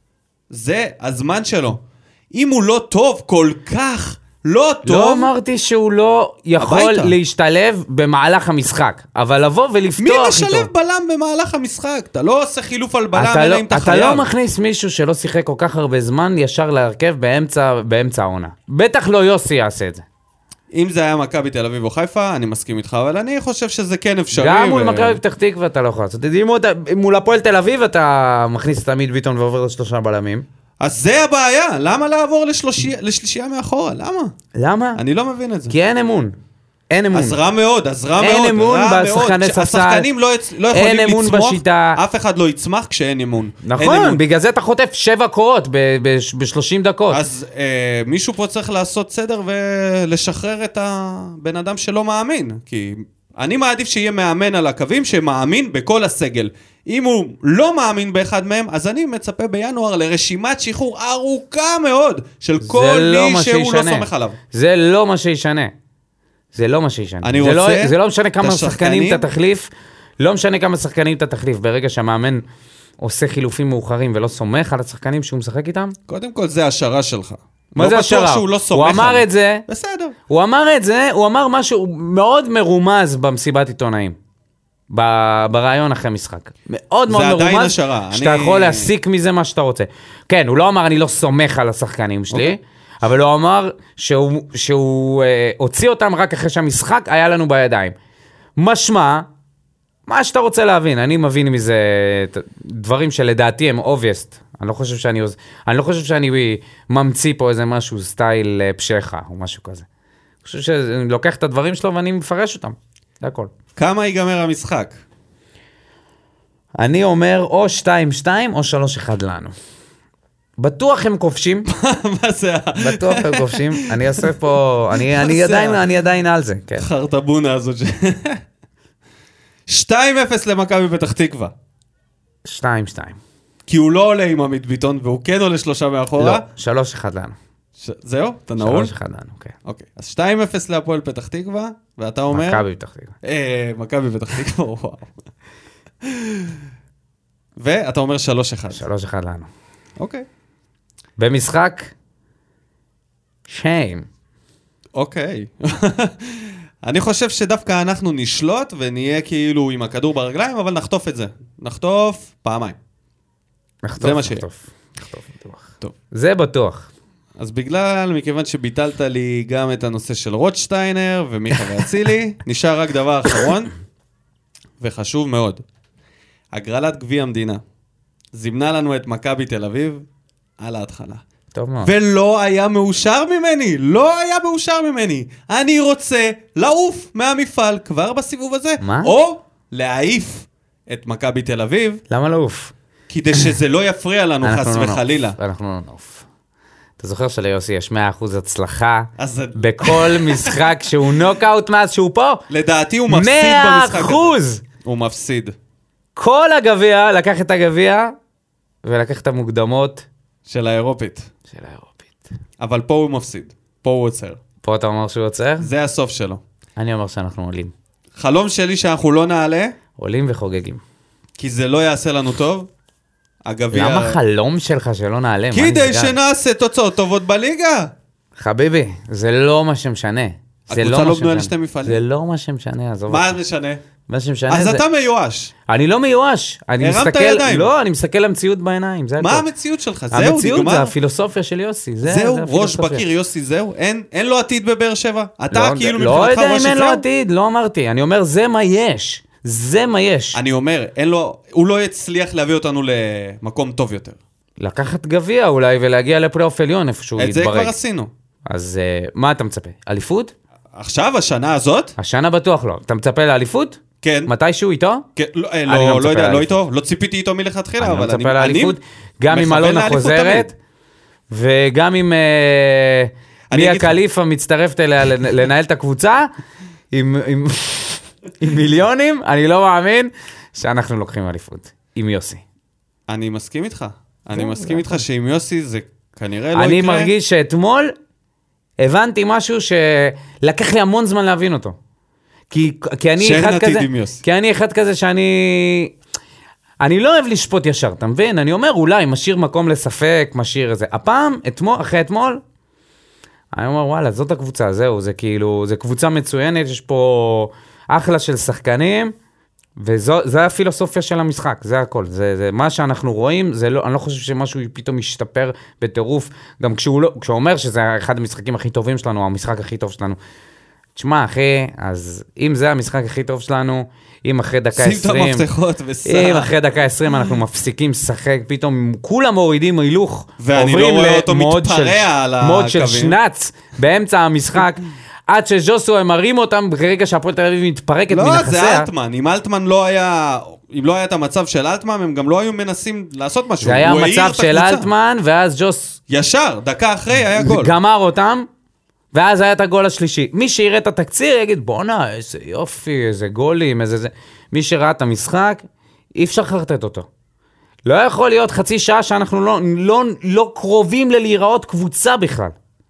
זה הזמן שלו. אם הוא לא טוב, כל כך לא טוב... לא אמרתי שהוא לא יכול להשתלב במהלך המשחק, אבל לבוא ולפתוח איתו. מי משלב בלם במהלך המשחק? אתה לא עושה חילוף על בלם, אלא אם אתה חייב. אתה לא מכניס מישהו שלא שיחק כל כך הרבה זמן, ישר להרכב באמצע העונה. בטח לא יוסי יעשה את זה. אם זה היה מכבי תל אביב או חיפה, אני מסכים איתך, אבל אני חושב שזה כן אפשרי. גם מול מכבי פתח תקווה אתה לא יכול לעשות. מול הפועל תל אביב אתה מכניס את עמית ביטון ועובר ל3 בלמים. אז זה הבעיה, למה לעבור לשלישייה מאחורה? למה? אני לא מבין את זה. כי אין אמון. אין אמון. אז רע מאוד. אין אמון בשחקני ספסל. השחקנים לא יכולים לצמוח, בשיטה. אף אחד לא יצמח כשאין אמון. נכון, בגלל זה אתה חוטף 7 קורות ב-30 דקות. אז מישהו פה צריך לעשות סדר ולשחרר את הבן אדם שלא מאמין. כי אני מעדיף שיהיה מאמן על הקווים שמאמין בכל הסגל. אם הוא לא מאמין באחד מהם, אז אני מצפה בינואר לרשימת שחרור ארוכה מאוד של כל מי שהוא לא סומך עליו. זה לא מה שישנה. זה לא מה שישנה. זה לא משנה כמה שחקנים אתה תחליף. לא משנה כמה שחקנים אתה תחליף. ברגע שהמאמן עושה חילופים מאוחרים ולא סומך על השחקנים שהוא משחק איתם. קודם כל זה השערה שלך. מה זה השערה? הוא אמר את זה. בסדר. הוא אמר את זה, הוא אמר משהו מאוד מרומז במסיבת עיתונאים. ברעיון אחרי משחק. מאוד מאוד מרומז. זה עדיין השערה. שאתה יכול להסיק מזה מה שאתה רוצה. כן, הוא לא אמר אני לא סומך על השחקנים שלי, אבל הוא אמר שהוא הוציא אותם רק אחרי שהמשחק היה לנו בידיים. משמע, מה שאתה רוצה להבין, אני מבין מזה דברים שלדעתי הם obvious. אני לא חושב שאני ממציא פה איזה משהו סטייל פשחה או משהו כזה. אני חושב שאני לוקח את הדברים שלו ואני מפרש אותם. זה הכל. כמה ייגמר המשחק? אני אומר או 2-2 או 3-1 לנו. בטוח הם כובשים. מה זה? בטוח הם כובשים. אני אעשה פה, אני עדיין על זה. חרטבונה הזאת. 2-0 למכבי פתח תקווה. 2-2. כי הוא לא עולה עם עמית ביטון, והוא כן עולה 3 מאחורה. לא, 3-1 לנו. זהו? אתה נעול? 3-1 לנו, כן. אוקיי. אז 2-0 להפועל פתח תקווה, ואתה אומר... מכבי פתח תקווה. מכבי פתח תקווה, וואו. ואתה אומר 3-1. 3-1 לנו. אוקיי. במשחק? שיים. אוקיי. אני חושב שדווקא אנחנו נשלוט, ונהיה כאילו עם הכדור ברגליים, אבל נחטוף את זה. נחטוף פעמיים. זה מה שיהיה. נחטוף, בטוח. טוב. זה בטוח. אז מכיוון שביטלת לי גם את הנושא של רוטשטיינר ומיכה ואצילי, נשאר רק דבר אחרון, וחשוב מאוד. הגרלת גביע המדינה. זימנה לנו את מכבי תל אביב על ההתחלה. טוב מאוד. ולא היה מאושר ממני, לא היה מאושר ממני. אני רוצה לעוף מהמפעל כבר בסיבוב הזה. מה? או להעיף את מכבי תל אביב. למה לעוף? כדי שזה לא יפריע לנו חס וחלילה. אנחנו לא נעוף. אתה זוכר שליוסי יש 100% הצלחה בכל משחק שהוא נוקאוט מאז שהוא פה? לדעתי הוא מפסיד במשחק הזה. 100%! הוא מפסיד. כל הגביע, לקח את הגביע ולקח את המוקדמות של האירופית. אבל פה הוא מפסיד. פה הוא עוצר. פה אתה אומר שהוא עוצר? זה הסוף שלו. אני אומר שאנחנו עולים. חלום שלי שאנחנו לא נעלה. עולים וחוגגים. כי זה לא יעשה לנו טוב. הגביע... למה חלום שלך שלא נעלה? כדי שנעשה תוצאות טובות בליגה. חביבי, זה לא מה שמשנה. הקבוצה לא בנויה לשתי מפעלים. זה לא מה שמשנה. מה משנה? מה שמשנה אז זה... אתה מיואש. אני לא מיואש. הרמת ידיים. לא, אני מסתכל למציאות בעיניים. מה המציאות שלך? זהו, נגמר. המציאות זה הפילוסופיה של יוסי. זהו, ראש בקיר יוסי, זהו. אין לו עתיד בבאר שבע. אתה כאילו מבחינתך לא ראש יודע אם זהו. אין לו עתיד, לא אמרתי. אני אומר, זה מה יש. זה מה יש. אני אומר, הוא לא יצליח להביא אותנו למקום טוב יותר. לקחת גביע אולי ולהגיע לפלייאוף עליון איפשהו את יתברג. זה כבר עשינו. אז מה אתה מצפה? אליפות? עכשיו, השנה הזאת? השנה בטוח לא. אתה מצפה לאליפות? כן. מתישהו איתו? כן, לא יודע, לא איתו. לא ציפיתי איתו מלכתחילה, אבל אני מצפה לאליפות. גם אם אלונה חוזרת, וגם אם מיה קליפה מצטרפת אליה לנהל את הקבוצה, עם מיליונים, אני לא מאמין שאנחנו לוקחים אליפות. עם יוסי. אני מסכים איתך. אני מסכים איתך שעם יוסי זה כנראה לא יקרה. אני מרגיש שאתמול הבנתי משהו שלקח לי המון זמן להבין אותו. כי אני אחד כזה אני לא אוהב לשפוט ישר, אתה מבין? אני אומר אולי משאיר מקום לספק, משאיר איזה. הפעם, אחרי אתמול, אני אומר וואלה, זאת הקבוצה, זהו, זה כאילו, זה קבוצה מצוינת, יש פה אחלה של שחקנים, וזה הפילוסופיה של המשחק, זה הכל. זה מה שאנחנו רואים, אני לא חושב שמשהו פתאום משתפר בטירוף, גם כשהוא אומר שזה אחד המשחקים הכי טובים שלנו, או המשחק הכי טוב שלנו. תשמע, אחי, אז אם זה המשחק הכי טוב שלנו, אם אחרי דקה 20... שים את המפתחות וסע. אם אחרי דקה 20 אנחנו מפסיקים לשחק, פתאום כולם מורידים הילוך, ואני לא רואה אותו מתפרע על הקווים. מוד של שנץ באמצע המשחק, עד שז'וסו הם מרים אותם ברגע שהפועל תל אביב מתפרקת מנכסיה. לא, זה אלטמן. אם אלטמן לא היה... אם לא היה את המצב של אלטמן, הם גם לא היו מנסים לעשות משהו. זה היה מצב של אלטמן, ואז ג'וס... ישר, דקה אחרי היה גול. גמר אותם, ואז היה את הגול השלישי. מי שיראה את התקציר יגיד, בוא'נה, איזה יופי, איזה גולים, איזה זה. מי שראה את המשחק, אי אפשר חרטט אותו. לא יכול להיות חצי שעה שאנחנו לא קרובים ללהיראות קבוצה בכלל.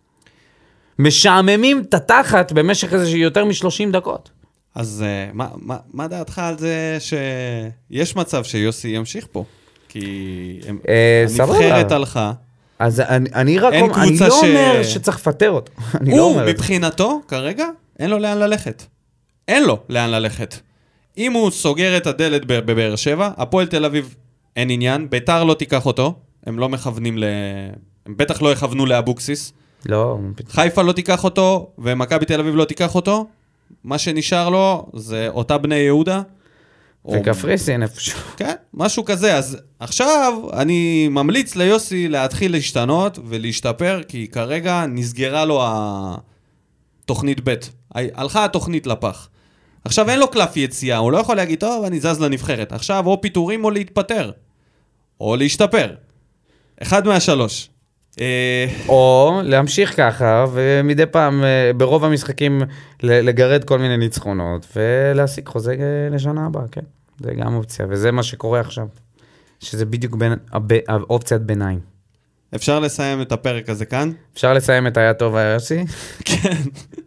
משעממים את התחת במשך איזה יותר מ-30 דקות. אז מה דעתך על זה שיש מצב שיוסי ימשיך פה? כי הנבחרת הלכה. אז אני לא אומר שצריך לפטר אותו. הוא מבחינתו, כרגע, אין לו לאן ללכת. אין לו לאן ללכת. אם הוא סוגר את הדלת בבאר שבע, הפועל תל אביב אין עניין, ביתר לא תיקח אותו, הם לא מכוונים הם בטח לא יכוונו לאבוקסיס. לא. חיפה לא תיקח אותו, ומכבי תל אביב לא תיקח אותו. מה שנשאר לו זה אותה בני יהודה. וקפריסין איפשהו. כן, משהו כזה. אז עכשיו אני ממליץ ליוסי להתחיל להשתנות ולהשתפר, כי כרגע נסגרה לו התוכנית ב'. הלכה התוכנית לפח. עכשיו אין לו קלף יציאה, הוא לא יכול להגיד, טוב, אני זז לנבחרת. עכשיו או פיטורים או להתפטר. או להשתפר. אחד מהשלוש. או להמשיך ככה, ומדי פעם ברוב המשחקים לגרד כל מיני ניצחונות, ולהשיג חוזה לשנה הבאה, כן? זה גם אופציה, וזה מה שקורה עכשיו. שזה בדיוק אופציית ביניים. אפשר לסיים את הפרק הזה כאן? אפשר לסיים את היה טוב היה יוסי? כן.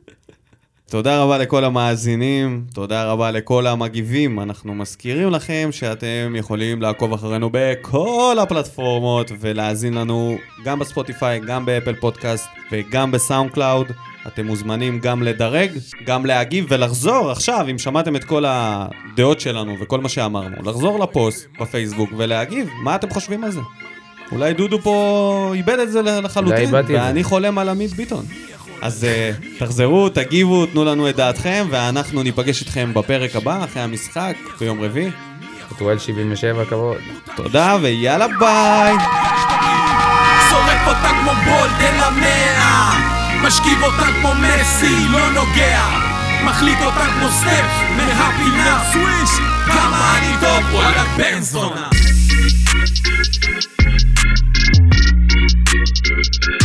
תודה רבה לכל המאזינים, תודה רבה לכל המגיבים. אנחנו מזכירים לכם שאתם יכולים לעקוב אחרינו בכל הפלטפורמות ולהאזין לנו גם בספוטיפיי, גם באפל פודקאסט וגם בסאונד קלאוד. אתם מוזמנים גם לדרג, גם להגיב ולחזור עכשיו, אם שמעתם את כל הדעות שלנו וכל מה שאמרנו, לחזור לפוסט בפייסבוק ולהגיב. מה אתם חושבים על זה? אולי דודו פה איבד את זה לחלוטין, ואני חולם על עמית ביטון. אז תחזרו, תגיבו, תנו לנו את דעתכם, ואנחנו ניפגש איתכם בפרק הבא, אחרי המשחק, ביום רביעי. חתואל 77, כבוד. תודה, ויאללה ביי! שורף אותה כמו בולט אל המאה, משכיב אותה כמו מסי, לא נוגע, מחליט אותה כמו סטף מהפינה, סוויש, כמה אני טוב, וואלה בן זונה.